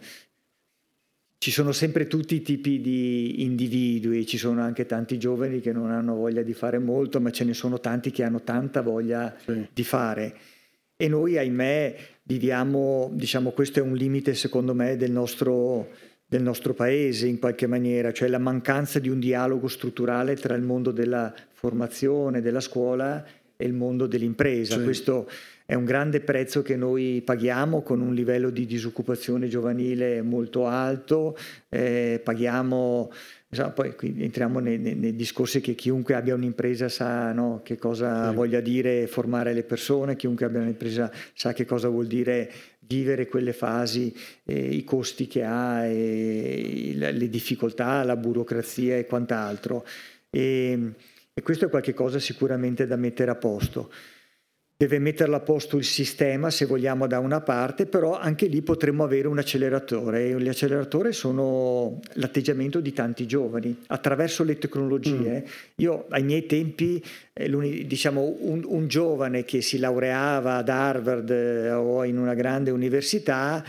ci sono sempre tutti i tipi di individui, ci sono anche tanti giovani che non hanno voglia di fare molto, ma ce ne sono tanti che hanno tanta voglia di fare. E noi, ahimè, viviamo, diciamo, questo è un limite secondo me del nostro paese in qualche maniera, cioè la mancanza di un dialogo strutturale tra il mondo della formazione, della scuola e il mondo dell'impresa. Sì. Questo è un grande prezzo che noi paghiamo con un livello di disoccupazione giovanile molto alto, paghiamo, poi qui entriamo nei discorsi che chiunque abbia un'impresa sa, no, che cosa voglia dire formare le persone, chiunque abbia un'impresa sa che cosa vuol dire vivere quelle fasi, i costi che ha, le difficoltà, la burocrazia e quant'altro. E questo è qualche cosa sicuramente da mettere a posto. Deve metterlo a posto il sistema, se vogliamo, da una parte, però anche lì potremmo avere un acceleratore. E l'acceleratore sono l'atteggiamento di tanti giovani attraverso le tecnologie. Io ai miei tempi, diciamo, un giovane che si laureava ad Harvard o in una grande università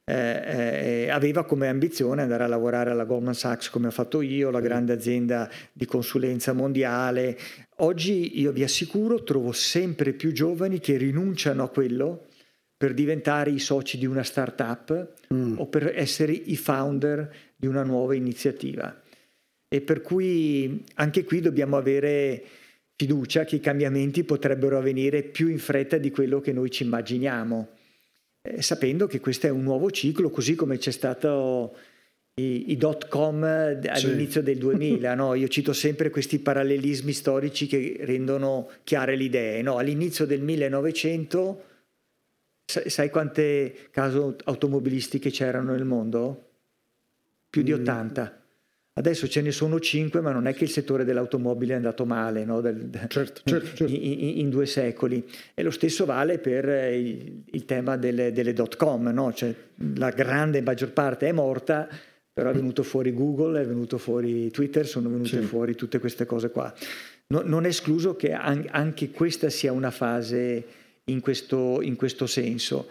aveva come ambizione andare a lavorare alla Goldman Sachs, come ho fatto io, la grande azienda di consulenza mondiale. Oggi io vi assicuro trovo sempre più giovani che rinunciano a quello per diventare i soci di una startup o per essere i founder di una nuova iniziativa. E per cui anche qui dobbiamo avere fiducia che i cambiamenti potrebbero avvenire più in fretta di quello che noi ci immaginiamo, sapendo che questo è un nuovo ciclo, così come c'è stato i .com all'inizio del 2000, no? Io cito sempre questi parallelismi storici che rendono chiare le idee, no? All'inizio del 1900 sai quante case automobilistiche c'erano nel mondo? Più di 80. Adesso ce ne sono 5, ma non è che il settore dell'automobile è andato male, no? Certo. In 2 secoli. E lo stesso vale per il tema delle .com, no? Cioè, la grande maggior parte è morta, però è venuto fuori Google, è venuto fuori Twitter, sono venute fuori tutte queste cose qua. Non è escluso che anche questa sia una fase in questo senso.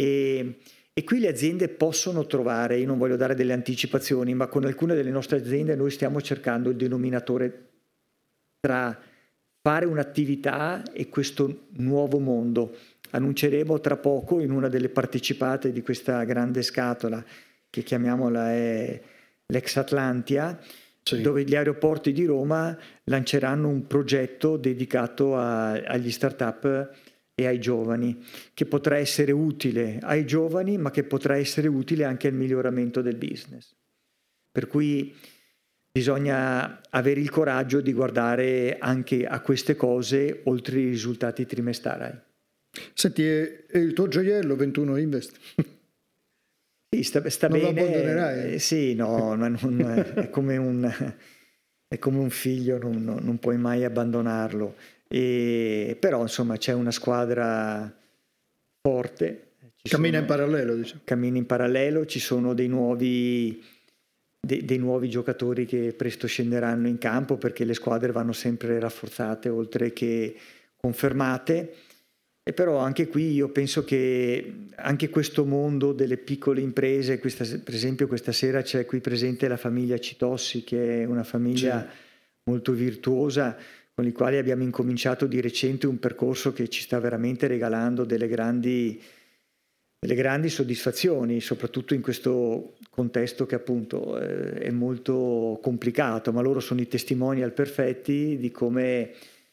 E qui le aziende possono trovare, io non voglio dare delle anticipazioni, ma con alcune delle nostre aziende noi stiamo cercando il denominatore tra fare un'attività e questo nuovo mondo. Annunceremo tra poco in una delle partecipate di questa grande scatola, che chiamiamola l'ex Atlantia, dove gli aeroporti di Roma lanceranno un progetto dedicato agli start-up e ai giovani, che potrà essere utile ai giovani, ma che potrà essere utile anche al miglioramento del business. Per cui bisogna avere il coraggio di guardare anche a queste cose oltre i risultati trimestrali. Senti, è il tuo gioiello 21 Invest? Sì, sta Non lo bene. abbandonerai? Sì, no, ma è come un figlio, non puoi mai abbandonarlo. Però insomma c'è una squadra forte, Cammina in parallelo, diciamo. cammini in parallelo, ci sono dei nuovi giocatori che presto scenderanno in campo, perché le squadre vanno sempre rafforzate oltre che confermate. E però anche qui io penso che anche questo mondo delle piccole imprese, per esempio questa sera c'è qui presente la famiglia Citossi, che è una famiglia molto virtuosa, con i quali abbiamo incominciato di recente un percorso che ci sta veramente regalando delle grandi soddisfazioni, soprattutto in questo contesto che appunto è molto complicato, ma loro sono i testimonial perfetti di come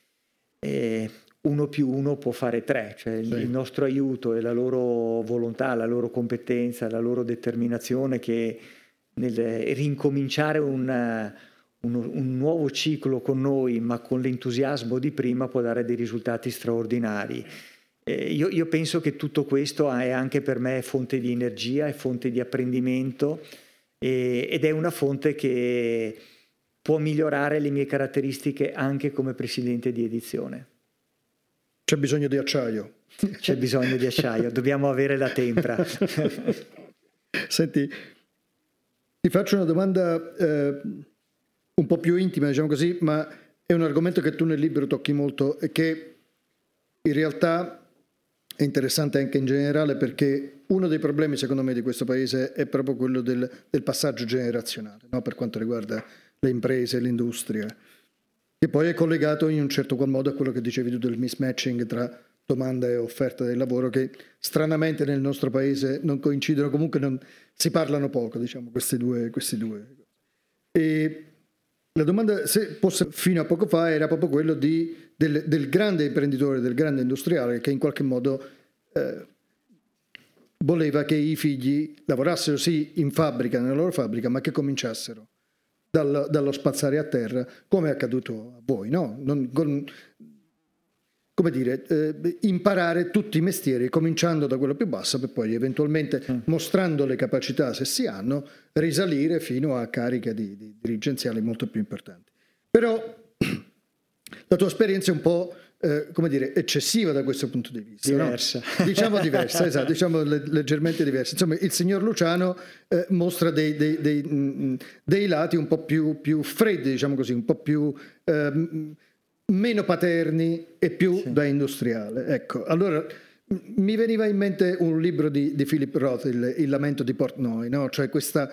1 più 1 può fare 3, cioè il nostro aiuto e la loro volontà, la loro competenza, la loro determinazione, che nel rincominciare un nuovo ciclo con noi, ma con l'entusiasmo di prima, può dare dei risultati straordinari. Io penso che tutto questo è anche per me fonte di energia, è fonte di apprendimento, ed è una fonte che può migliorare le mie caratteristiche anche come presidente di edizione. C'è bisogno di acciaio. C'è bisogno di acciaio, dobbiamo avere la tempra. Senti, ti faccio una domanda un po' più intima, diciamo così, ma è un argomento che tu nel libro tocchi molto e che in realtà è interessante anche in generale, perché uno dei problemi secondo me di questo paese è proprio quello del passaggio generazionale, no? Per quanto riguarda le imprese, l'industria, che poi è collegato in un certo qual modo a quello che dicevi tu del mismatching tra domanda e offerta del lavoro, che stranamente nel nostro paese non coincidono, comunque non si parlano poco, diciamo, questi due. E la domanda, se fosse fino a poco fa, era proprio quello del grande imprenditore, del grande industriale, che in qualche modo voleva che i figli lavorassero sì in fabbrica, nella loro fabbrica, ma che cominciassero dallo spazzare a terra, come è accaduto a voi, no? Come dire, imparare tutti i mestieri, cominciando da quello più basso, per poi eventualmente, mostrando le capacità, se si hanno, risalire fino a cariche di dirigenziali molto più importanti. Però la tua esperienza è un po', come dire, eccessiva da questo punto di vista. Diversa. No? Diciamo diversa, esatto, diciamo leggermente diversa. Insomma, il signor Luciano mostra dei lati un po' più freddi, diciamo così, un po' più meno paterni e più da industriale. Ecco, allora mi veniva in mente un libro di Philip Roth, il lamento di Portnoy, no? Cioè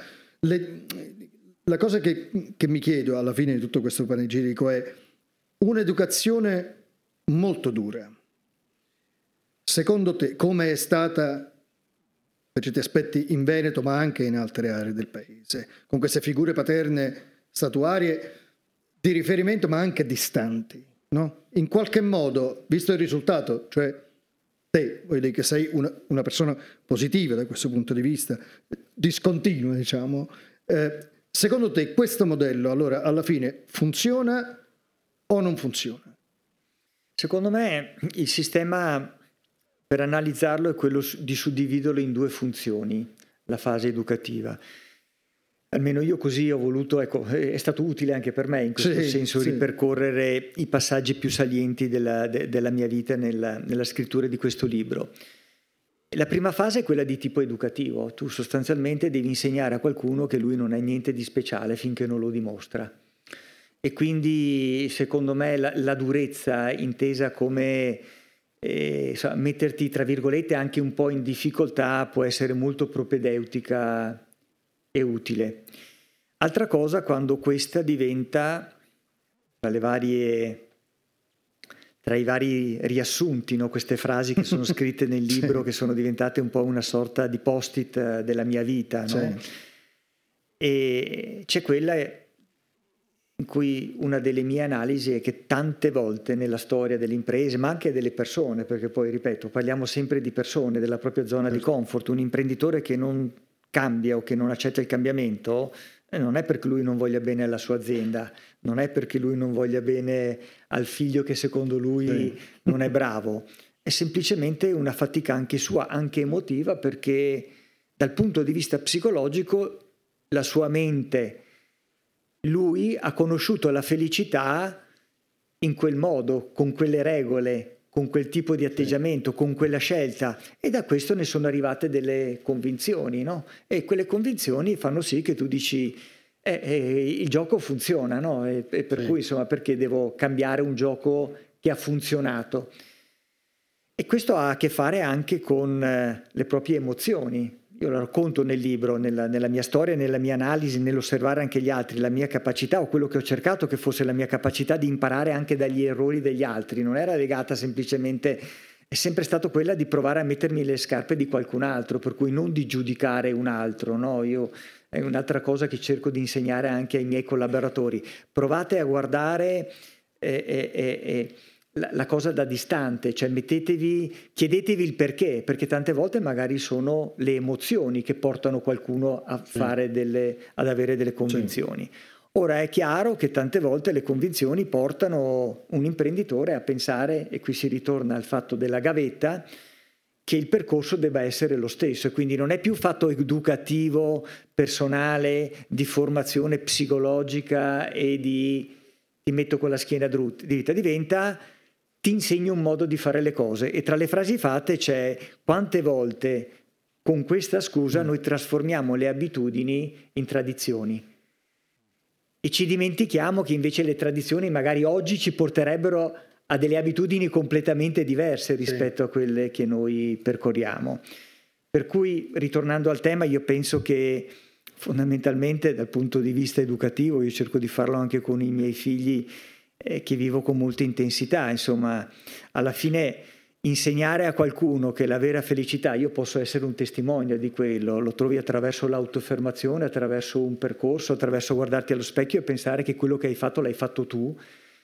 la cosa che mi chiedo alla fine di tutto questo panegirico è un'educazione molto dura. Secondo te, come è stata per certi aspetti in Veneto, ma anche in altre aree del paese, con queste figure paterne statuarie di riferimento, ma anche distanti, no? In qualche modo, visto il risultato, cioè te, vuoi dire che sei una persona positiva da questo punto di vista, discontinua, diciamo, secondo te questo modello allora alla fine funziona o non funziona? Secondo me il sistema, per analizzarlo, è quello di suddividerlo in 2 funzioni, la fase educativa. Almeno io così ho voluto, ecco, è stato utile anche per me in questo senso ripercorrere i passaggi più salienti della mia vita nella scrittura di questo libro. La prima fase è quella di tipo educativo. Tu sostanzialmente devi insegnare a qualcuno che lui non è niente di speciale finché non lo dimostra. E quindi secondo me la durezza intesa come metterti tra virgolette anche un po' in difficoltà può essere molto propedeutica e utile. Altra cosa quando questa diventa tra i vari riassunti, no? Queste frasi che sono scritte nel libro che sono diventate un po' una sorta di post-it della mia vita, no? E c'è quella in cui una delle mie analisi è che tante volte nella storia delle imprese, ma anche delle persone, perché poi, ripeto, parliamo sempre di persone, della propria zona di comfort, un imprenditore che non cambia o che non accetta il cambiamento, non è perché lui non voglia bene alla sua azienda, non è perché lui non voglia bene al figlio che secondo lui non è bravo, è semplicemente una fatica anche sua, anche emotiva, perché dal punto di vista psicologico, la sua mente, lui ha conosciuto la felicità in quel modo, con quelle regole, con quel tipo di atteggiamento, con quella scelta, e da questo ne sono arrivate delle convinzioni, no? E quelle convinzioni fanno sì che tu dici il gioco funziona, no? E per cui insomma, perché devo cambiare un gioco che ha funzionato? E questo ha a che fare anche con le proprie emozioni. Io lo racconto nel libro, nella mia storia, nella mia analisi, nell'osservare anche gli altri, la mia capacità, o quello che ho cercato che fosse la mia capacità di imparare anche dagli errori degli altri. Non era legata semplicemente, è sempre stato quella di provare a mettermi le scarpe di qualcun altro, per cui non di giudicare un altro, no? È un'altra cosa che cerco di insegnare anche ai miei collaboratori. Provate a guardare la cosa da distante, cioè chiedetevi il perché tante volte magari sono le emozioni che portano qualcuno a fare ad avere delle convinzioni. Ora è chiaro che tante volte le convinzioni portano un imprenditore a pensare, e qui si ritorna al fatto della gavetta, che il percorso debba essere lo stesso, e quindi non è più fatto educativo, personale, di formazione psicologica e ti metto con la schiena dritta, diventa ti insegno un modo di fare le cose. E tra le frasi fatte c'è: quante volte con questa scusa noi trasformiamo le abitudini in tradizioni e ci dimentichiamo che invece le tradizioni magari oggi ci porterebbero a delle abitudini completamente diverse rispetto a quelle che noi percorriamo. Per cui, ritornando al tema, io penso che fondamentalmente dal punto di vista educativo, io cerco di farlo anche con i miei figli, che vivo con molta intensità, insomma, alla fine insegnare a qualcuno che la vera felicità, io posso essere un testimonio di quello, lo trovi attraverso l'autofermazione, attraverso un percorso, attraverso guardarti allo specchio e pensare che quello che hai fatto l'hai fatto tu,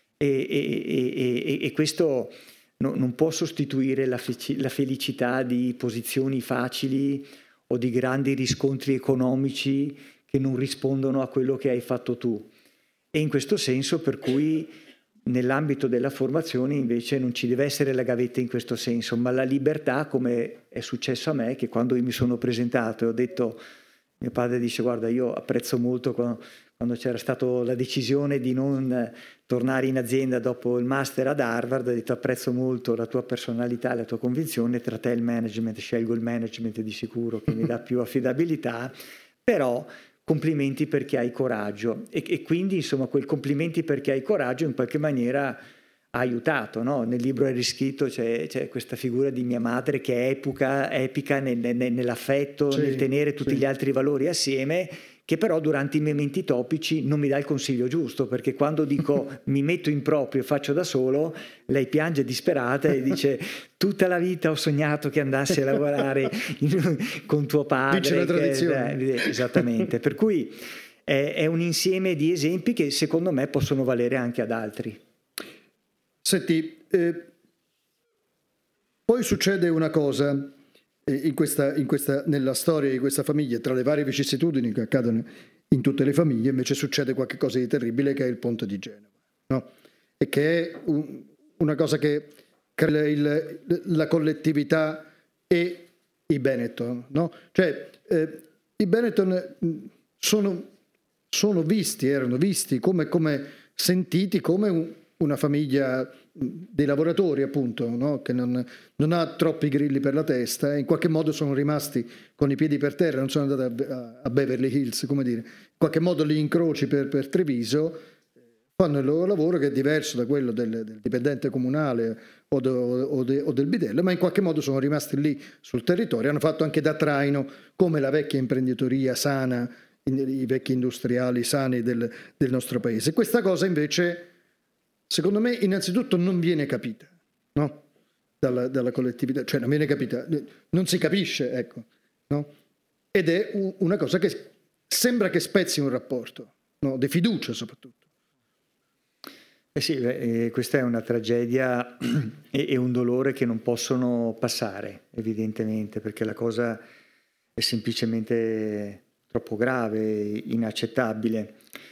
e questo non può sostituire la felicità di posizioni facili o di grandi riscontri economici che non rispondono a quello che hai fatto tu. E in questo senso, per cui nell'ambito della formazione invece non ci deve essere la gavetta in questo senso, ma la libertà, come è successo a me, che quando io mi sono presentato e ho detto, mio padre dice: guarda, io apprezzo molto quando c'era stata la decisione di non tornare in azienda dopo il master ad Harvard, ho detto: apprezzo molto la tua personalità, la tua convinzione, tra te e il management, scelgo il management di sicuro che mi dà più affidabilità, però complimenti perché hai coraggio. E quindi insomma quel complimenti perché hai coraggio in qualche maniera ha aiutato, no? Nel libro è riscritto, c'è questa figura di mia madre che è epica nell'affetto, nel tenere tutti gli altri valori assieme, che però durante i momenti topici non mi dà il consiglio giusto, perché quando dico mi metto in proprio e faccio da solo, lei piange disperata e dice: tutta la vita ho sognato che andassi a lavorare con tuo padre. Dice la tradizione. Esattamente, per cui è un insieme di esempi che secondo me possono valere anche ad altri. Senti, poi succede una cosa nella storia di questa famiglia, tra le varie vicissitudini che accadono in tutte le famiglie, invece succede qualcosa di terribile, che è il ponte di Genova, no? E che è una cosa che crea la collettività e i Benetton, no? Cioè i Benetton erano visti come sentiti come una famiglia dei lavoratori, appunto, no? Che non ha troppi grilli per la testa, e in qualche modo sono rimasti con i piedi per terra, non sono andati a Beverly Hills, come dire, in qualche modo li incroci per Treviso, fanno il loro lavoro, che è diverso da quello del dipendente comunale o del bidello, ma in qualche modo sono rimasti lì sul territorio, hanno fatto anche da traino, come la vecchia imprenditoria sana, i vecchi industriali sani del nostro paese. Questa cosa invece, secondo me, innanzitutto non viene capita, no? Dalla collettività, cioè non viene capita, non si capisce, ecco, no? Ed è una cosa che sembra che spezzi un rapporto, no? Di fiducia soprattutto. Sì, questa è una tragedia e un dolore che non possono passare, evidentemente, perché la cosa è semplicemente troppo grave, inaccettabile.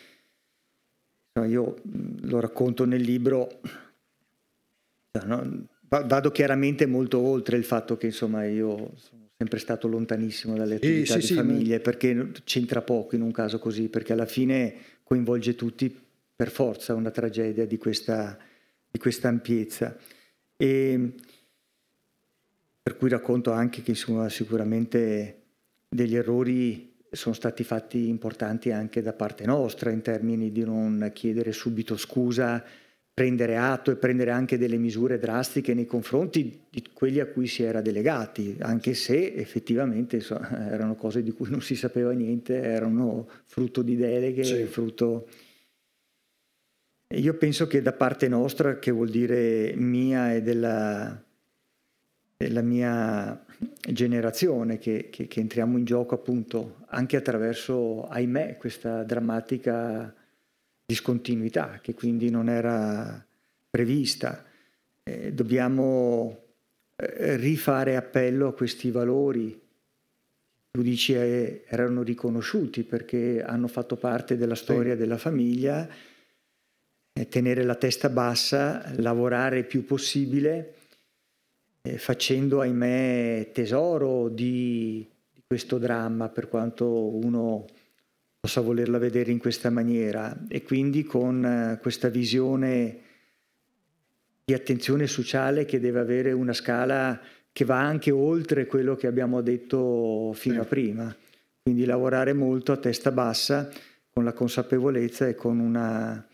Io lo racconto nel libro, no? Vado chiaramente molto oltre il fatto che insomma io sono sempre stato lontanissimo dalle attività di sì, famiglia, perché c'entra poco in un caso così, perché alla fine coinvolge tutti per forza una tragedia di questa ampiezza. E per cui racconto anche che insomma, sicuramente degli errori sono stati fatti importanti anche da parte nostra, in termini di non chiedere subito scusa, prendere atto e prendere anche delle misure drastiche nei confronti di quelli a cui si era delegati, anche se effettivamente erano cose di cui non si sapeva niente, erano frutto di deleghe, sì. Io penso che da parte nostra, che vuol dire mia e della mia generazione, che entriamo in gioco appunto anche attraverso, ahimè, questa drammatica discontinuità che quindi non era prevista. Dobbiamo rifare appello a questi valori. Tu dici erano riconosciuti perché hanno fatto parte della storia della famiglia, tenere la testa bassa, lavorare il più possibile, facendo ahimè tesoro di questo dramma, per quanto uno possa volerla vedere in questa maniera, e quindi con questa visione di attenzione sociale che deve avere una scala che va anche oltre quello che abbiamo detto fino a prima. Quindi lavorare molto a testa bassa, con la consapevolezza e con una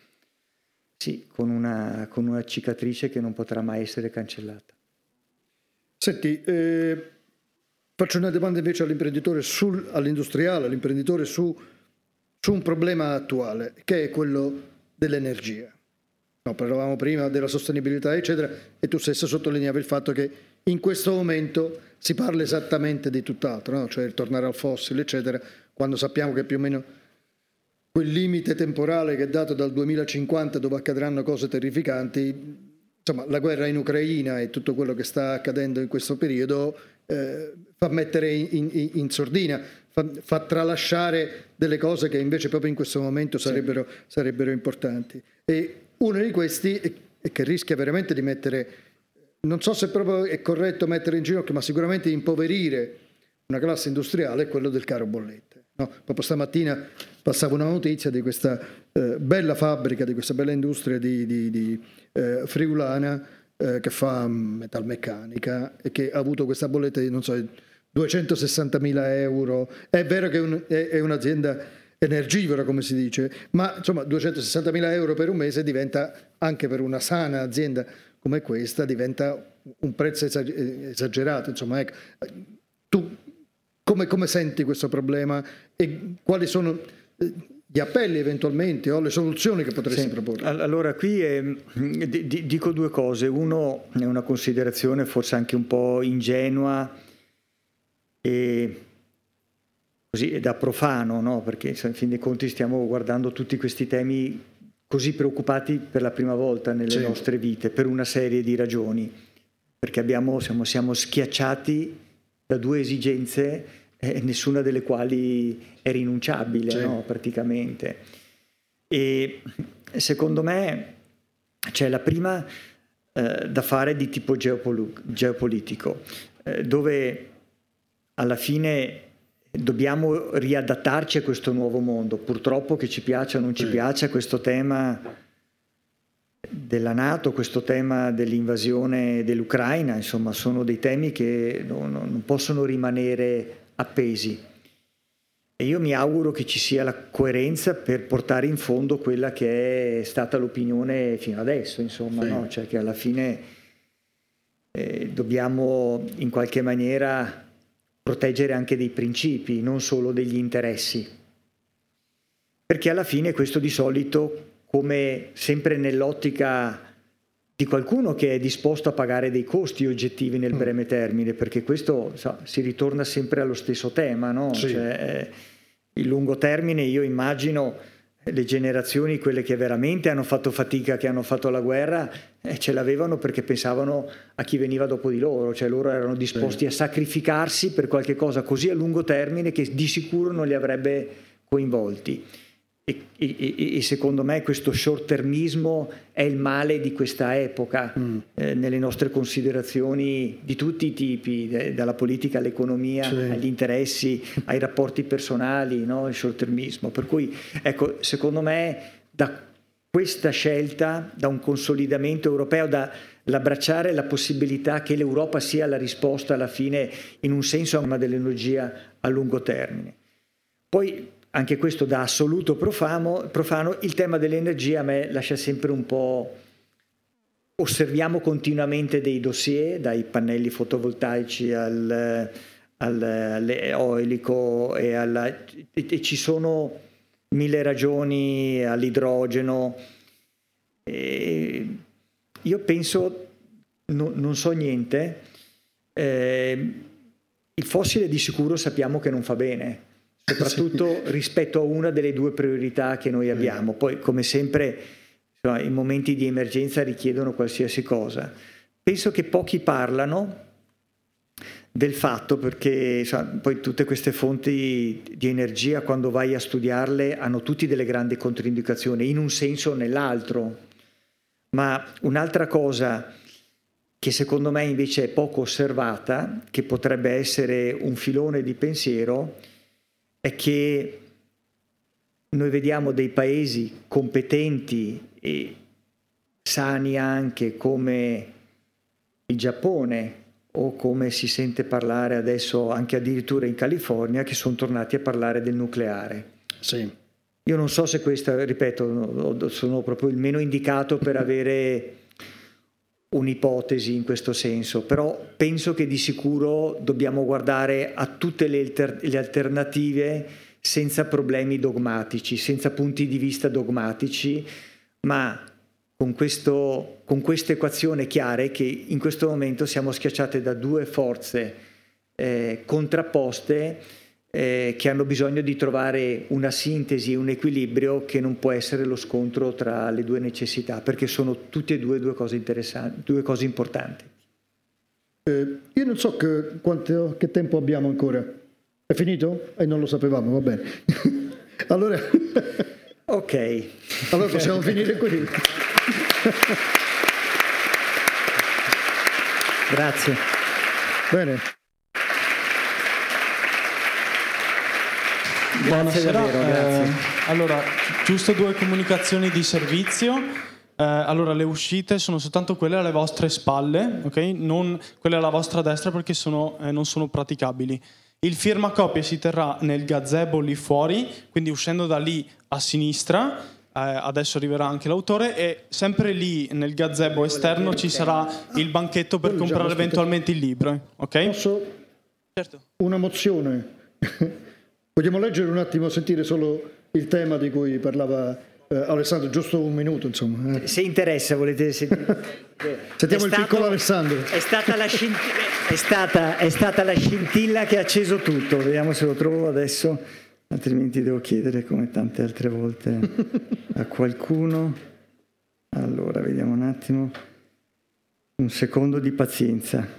cicatrice che non potrà mai essere cancellata. Senti, faccio una domanda invece all'imprenditore, all'industriale, all'imprenditore su un problema attuale, che è quello dell'energia. No, parlavamo prima della sostenibilità, eccetera, e tu stessa sottolineavi il fatto che in questo momento si parla esattamente di tutt'altro, no? Cioè il tornare al fossile, eccetera, quando sappiamo che più o meno quel limite temporale che è dato dal 2050, dove accadranno cose terrificanti, insomma, la guerra in Ucraina e tutto quello che sta accadendo in questo periodo fa mettere in sordina, fa tralasciare delle cose che invece proprio in questo momento sarebbero importanti. E uno di questi è che rischia veramente di mettere, non so se proprio è corretto mettere in ginocchio, ma sicuramente impoverire una classe industriale, è quello del caro bollette. No? Proprio stamattina passava una notizia di questa bella fabbrica, di questa bella industria di friulana che fa metalmeccanica e che ha avuto questa bolletta di, non so, 260.000 euro. È vero che è un'azienda energivora, come si dice, ma insomma 260.000 euro per un mese diventa, anche per una sana azienda come questa, diventa un prezzo esagerato. Insomma, ecco. Tu come senti questo problema e quali sono gli appelli eventualmente o le soluzioni che potresti proporre? Allora qui dico due cose. Uno è una considerazione forse anche un po' ingenua e così da profano, no? Perché in fin dei conti stiamo guardando tutti questi temi così preoccupati per la prima volta nelle nostre vite, per una serie di ragioni, perché siamo schiacciati da due esigenze, nessuna delle quali è rinunciabile, no? Praticamente. E secondo me c'è la prima da fare di tipo geopolitico, dove alla fine dobbiamo riadattarci a questo nuovo mondo. Purtroppo, che ci piaccia o non ci piaccia, questo tema della NATO, questo tema dell'invasione dell'Ucraina, insomma, sono dei temi che non possono rimanere appesi. E io mi auguro che ci sia la coerenza per portare in fondo quella che è stata l'opinione fino adesso, insomma, no? Cioè che alla fine dobbiamo in qualche maniera proteggere anche dei principi, non solo degli interessi. Perché alla fine questo di solito, come sempre nell'ottica di qualcuno che è disposto a pagare dei costi oggettivi nel breve termine, perché questo si ritorna sempre allo stesso tema, no? Cioè, il lungo termine, io immagino le generazioni, quelle che veramente hanno fatto fatica, che hanno fatto la guerra, ce l'avevano perché pensavano a chi veniva dopo di loro, cioè loro erano disposti a sacrificarsi per qualche cosa così a lungo termine che di sicuro non li avrebbe coinvolti. E secondo me questo short-termismo è il male di questa epoca, nelle nostre considerazioni di tutti i tipi, dalla politica all'economia, sì, agli interessi, ai rapporti personali, no? Il short-termismo. Per cui, ecco, secondo me da questa scelta, da un consolidamento europeo, dall'abbracciare la possibilità che l'Europa sia la risposta alla fine, in un senso, a una dell'energia a lungo termine. Poi, anche questo da assoluto profano, il tema dell'energia a me lascia sempre un po'... Osserviamo continuamente dei dossier, dai pannelli fotovoltaici all'eolico e ci sono 1000 ragioni, all'idrogeno. Io penso, non so niente, il fossile di sicuro sappiamo che non fa bene, soprattutto rispetto a una delle due priorità che noi abbiamo. Poi, come sempre, insomma, i momenti di emergenza richiedono qualsiasi cosa. Penso che pochi parlano del fatto, perché insomma, poi tutte queste fonti di energia, quando vai a studiarle, hanno tutti delle grandi controindicazioni, in un senso o nell'altro. Ma un'altra cosa che secondo me invece è poco osservata, che potrebbe essere un filone di pensiero, è che noi vediamo dei paesi competenti e sani anche come il Giappone, o come si sente parlare adesso anche addirittura in California, che sono tornati a parlare del nucleare. Sì. Io non so se questa, ripeto, sono proprio il meno indicato per avere un'ipotesi in questo senso, però penso che di sicuro dobbiamo guardare a tutte le alternative senza problemi dogmatici, senza punti di vista dogmatici, ma con questa equazione chiara che in questo momento siamo schiacciate da due forze contrapposte che hanno bisogno di trovare una sintesi e un equilibrio che non può essere lo scontro tra le due necessità, perché sono tutte e due cose interessanti, due cose importanti. Io non so che tempo abbiamo ancora. È finito? Non lo sapevamo, va bene. Allora, ok. Allora possiamo finire qui. Grazie. Bene. Buonasera. Davvero, grazie. Allora, giusto 2 comunicazioni di servizio. Allora, le uscite sono soltanto quelle alle vostre spalle, ok? Non quelle alla vostra destra, perché non sono praticabili. Il firmacopie si terrà nel gazebo lì fuori, quindi uscendo da lì a sinistra. Adesso arriverà anche l'autore, e sempre lì nel gazebo esterno ci sarà il banchetto per comprare eventualmente il libro, ok? Posso? Certo. Una mozione. Vogliamo leggere un attimo, sentire solo il tema di cui parlava Alessandro, giusto un minuto, insomma. Se interessa, volete sentire? Sentiamo il piccolo Alessandro. È stata la scintilla che ha acceso tutto. Vediamo se lo trovo adesso, altrimenti devo chiedere, come tante altre volte, a qualcuno. Allora, vediamo un attimo. Un secondo di pazienza.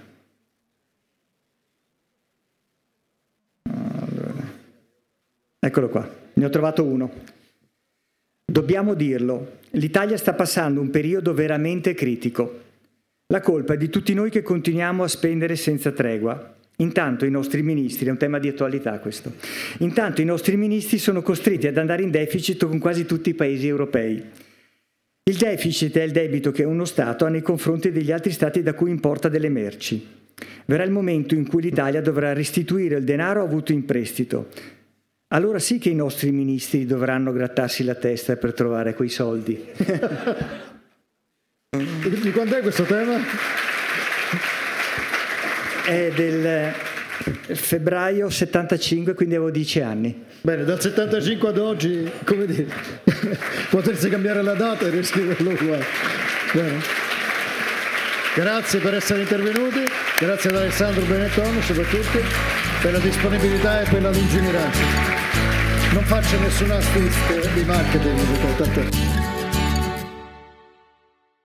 Eccolo qua, ne ho trovato uno. Dobbiamo dirlo, l'Italia sta passando un periodo veramente critico. La colpa è di tutti noi che continuiamo a spendere senza tregua. Intanto i nostri ministri, è un tema di attualità questo, intanto i nostri ministri sono costretti ad andare in deficit con quasi tutti i paesi europei. Il deficit è il debito che uno Stato ha nei confronti degli altri Stati da cui importa delle merci. Verrà il momento in cui l'Italia dovrà restituire il denaro avuto in prestito. Allora sì che i nostri ministri dovranno grattarsi la testa per trovare quei soldi. Di quando è questo tema? È del febbraio 75, quindi avevo 10 anni. Bene, dal 75 ad oggi, come dire, potersi cambiare la data e riscriverlo qua. Bene. Grazie per essere intervenuti, grazie ad Alessandro Benetton soprattutto per la disponibilità e per la lungimiranza. Non faccio nessun assist di marketing, tanto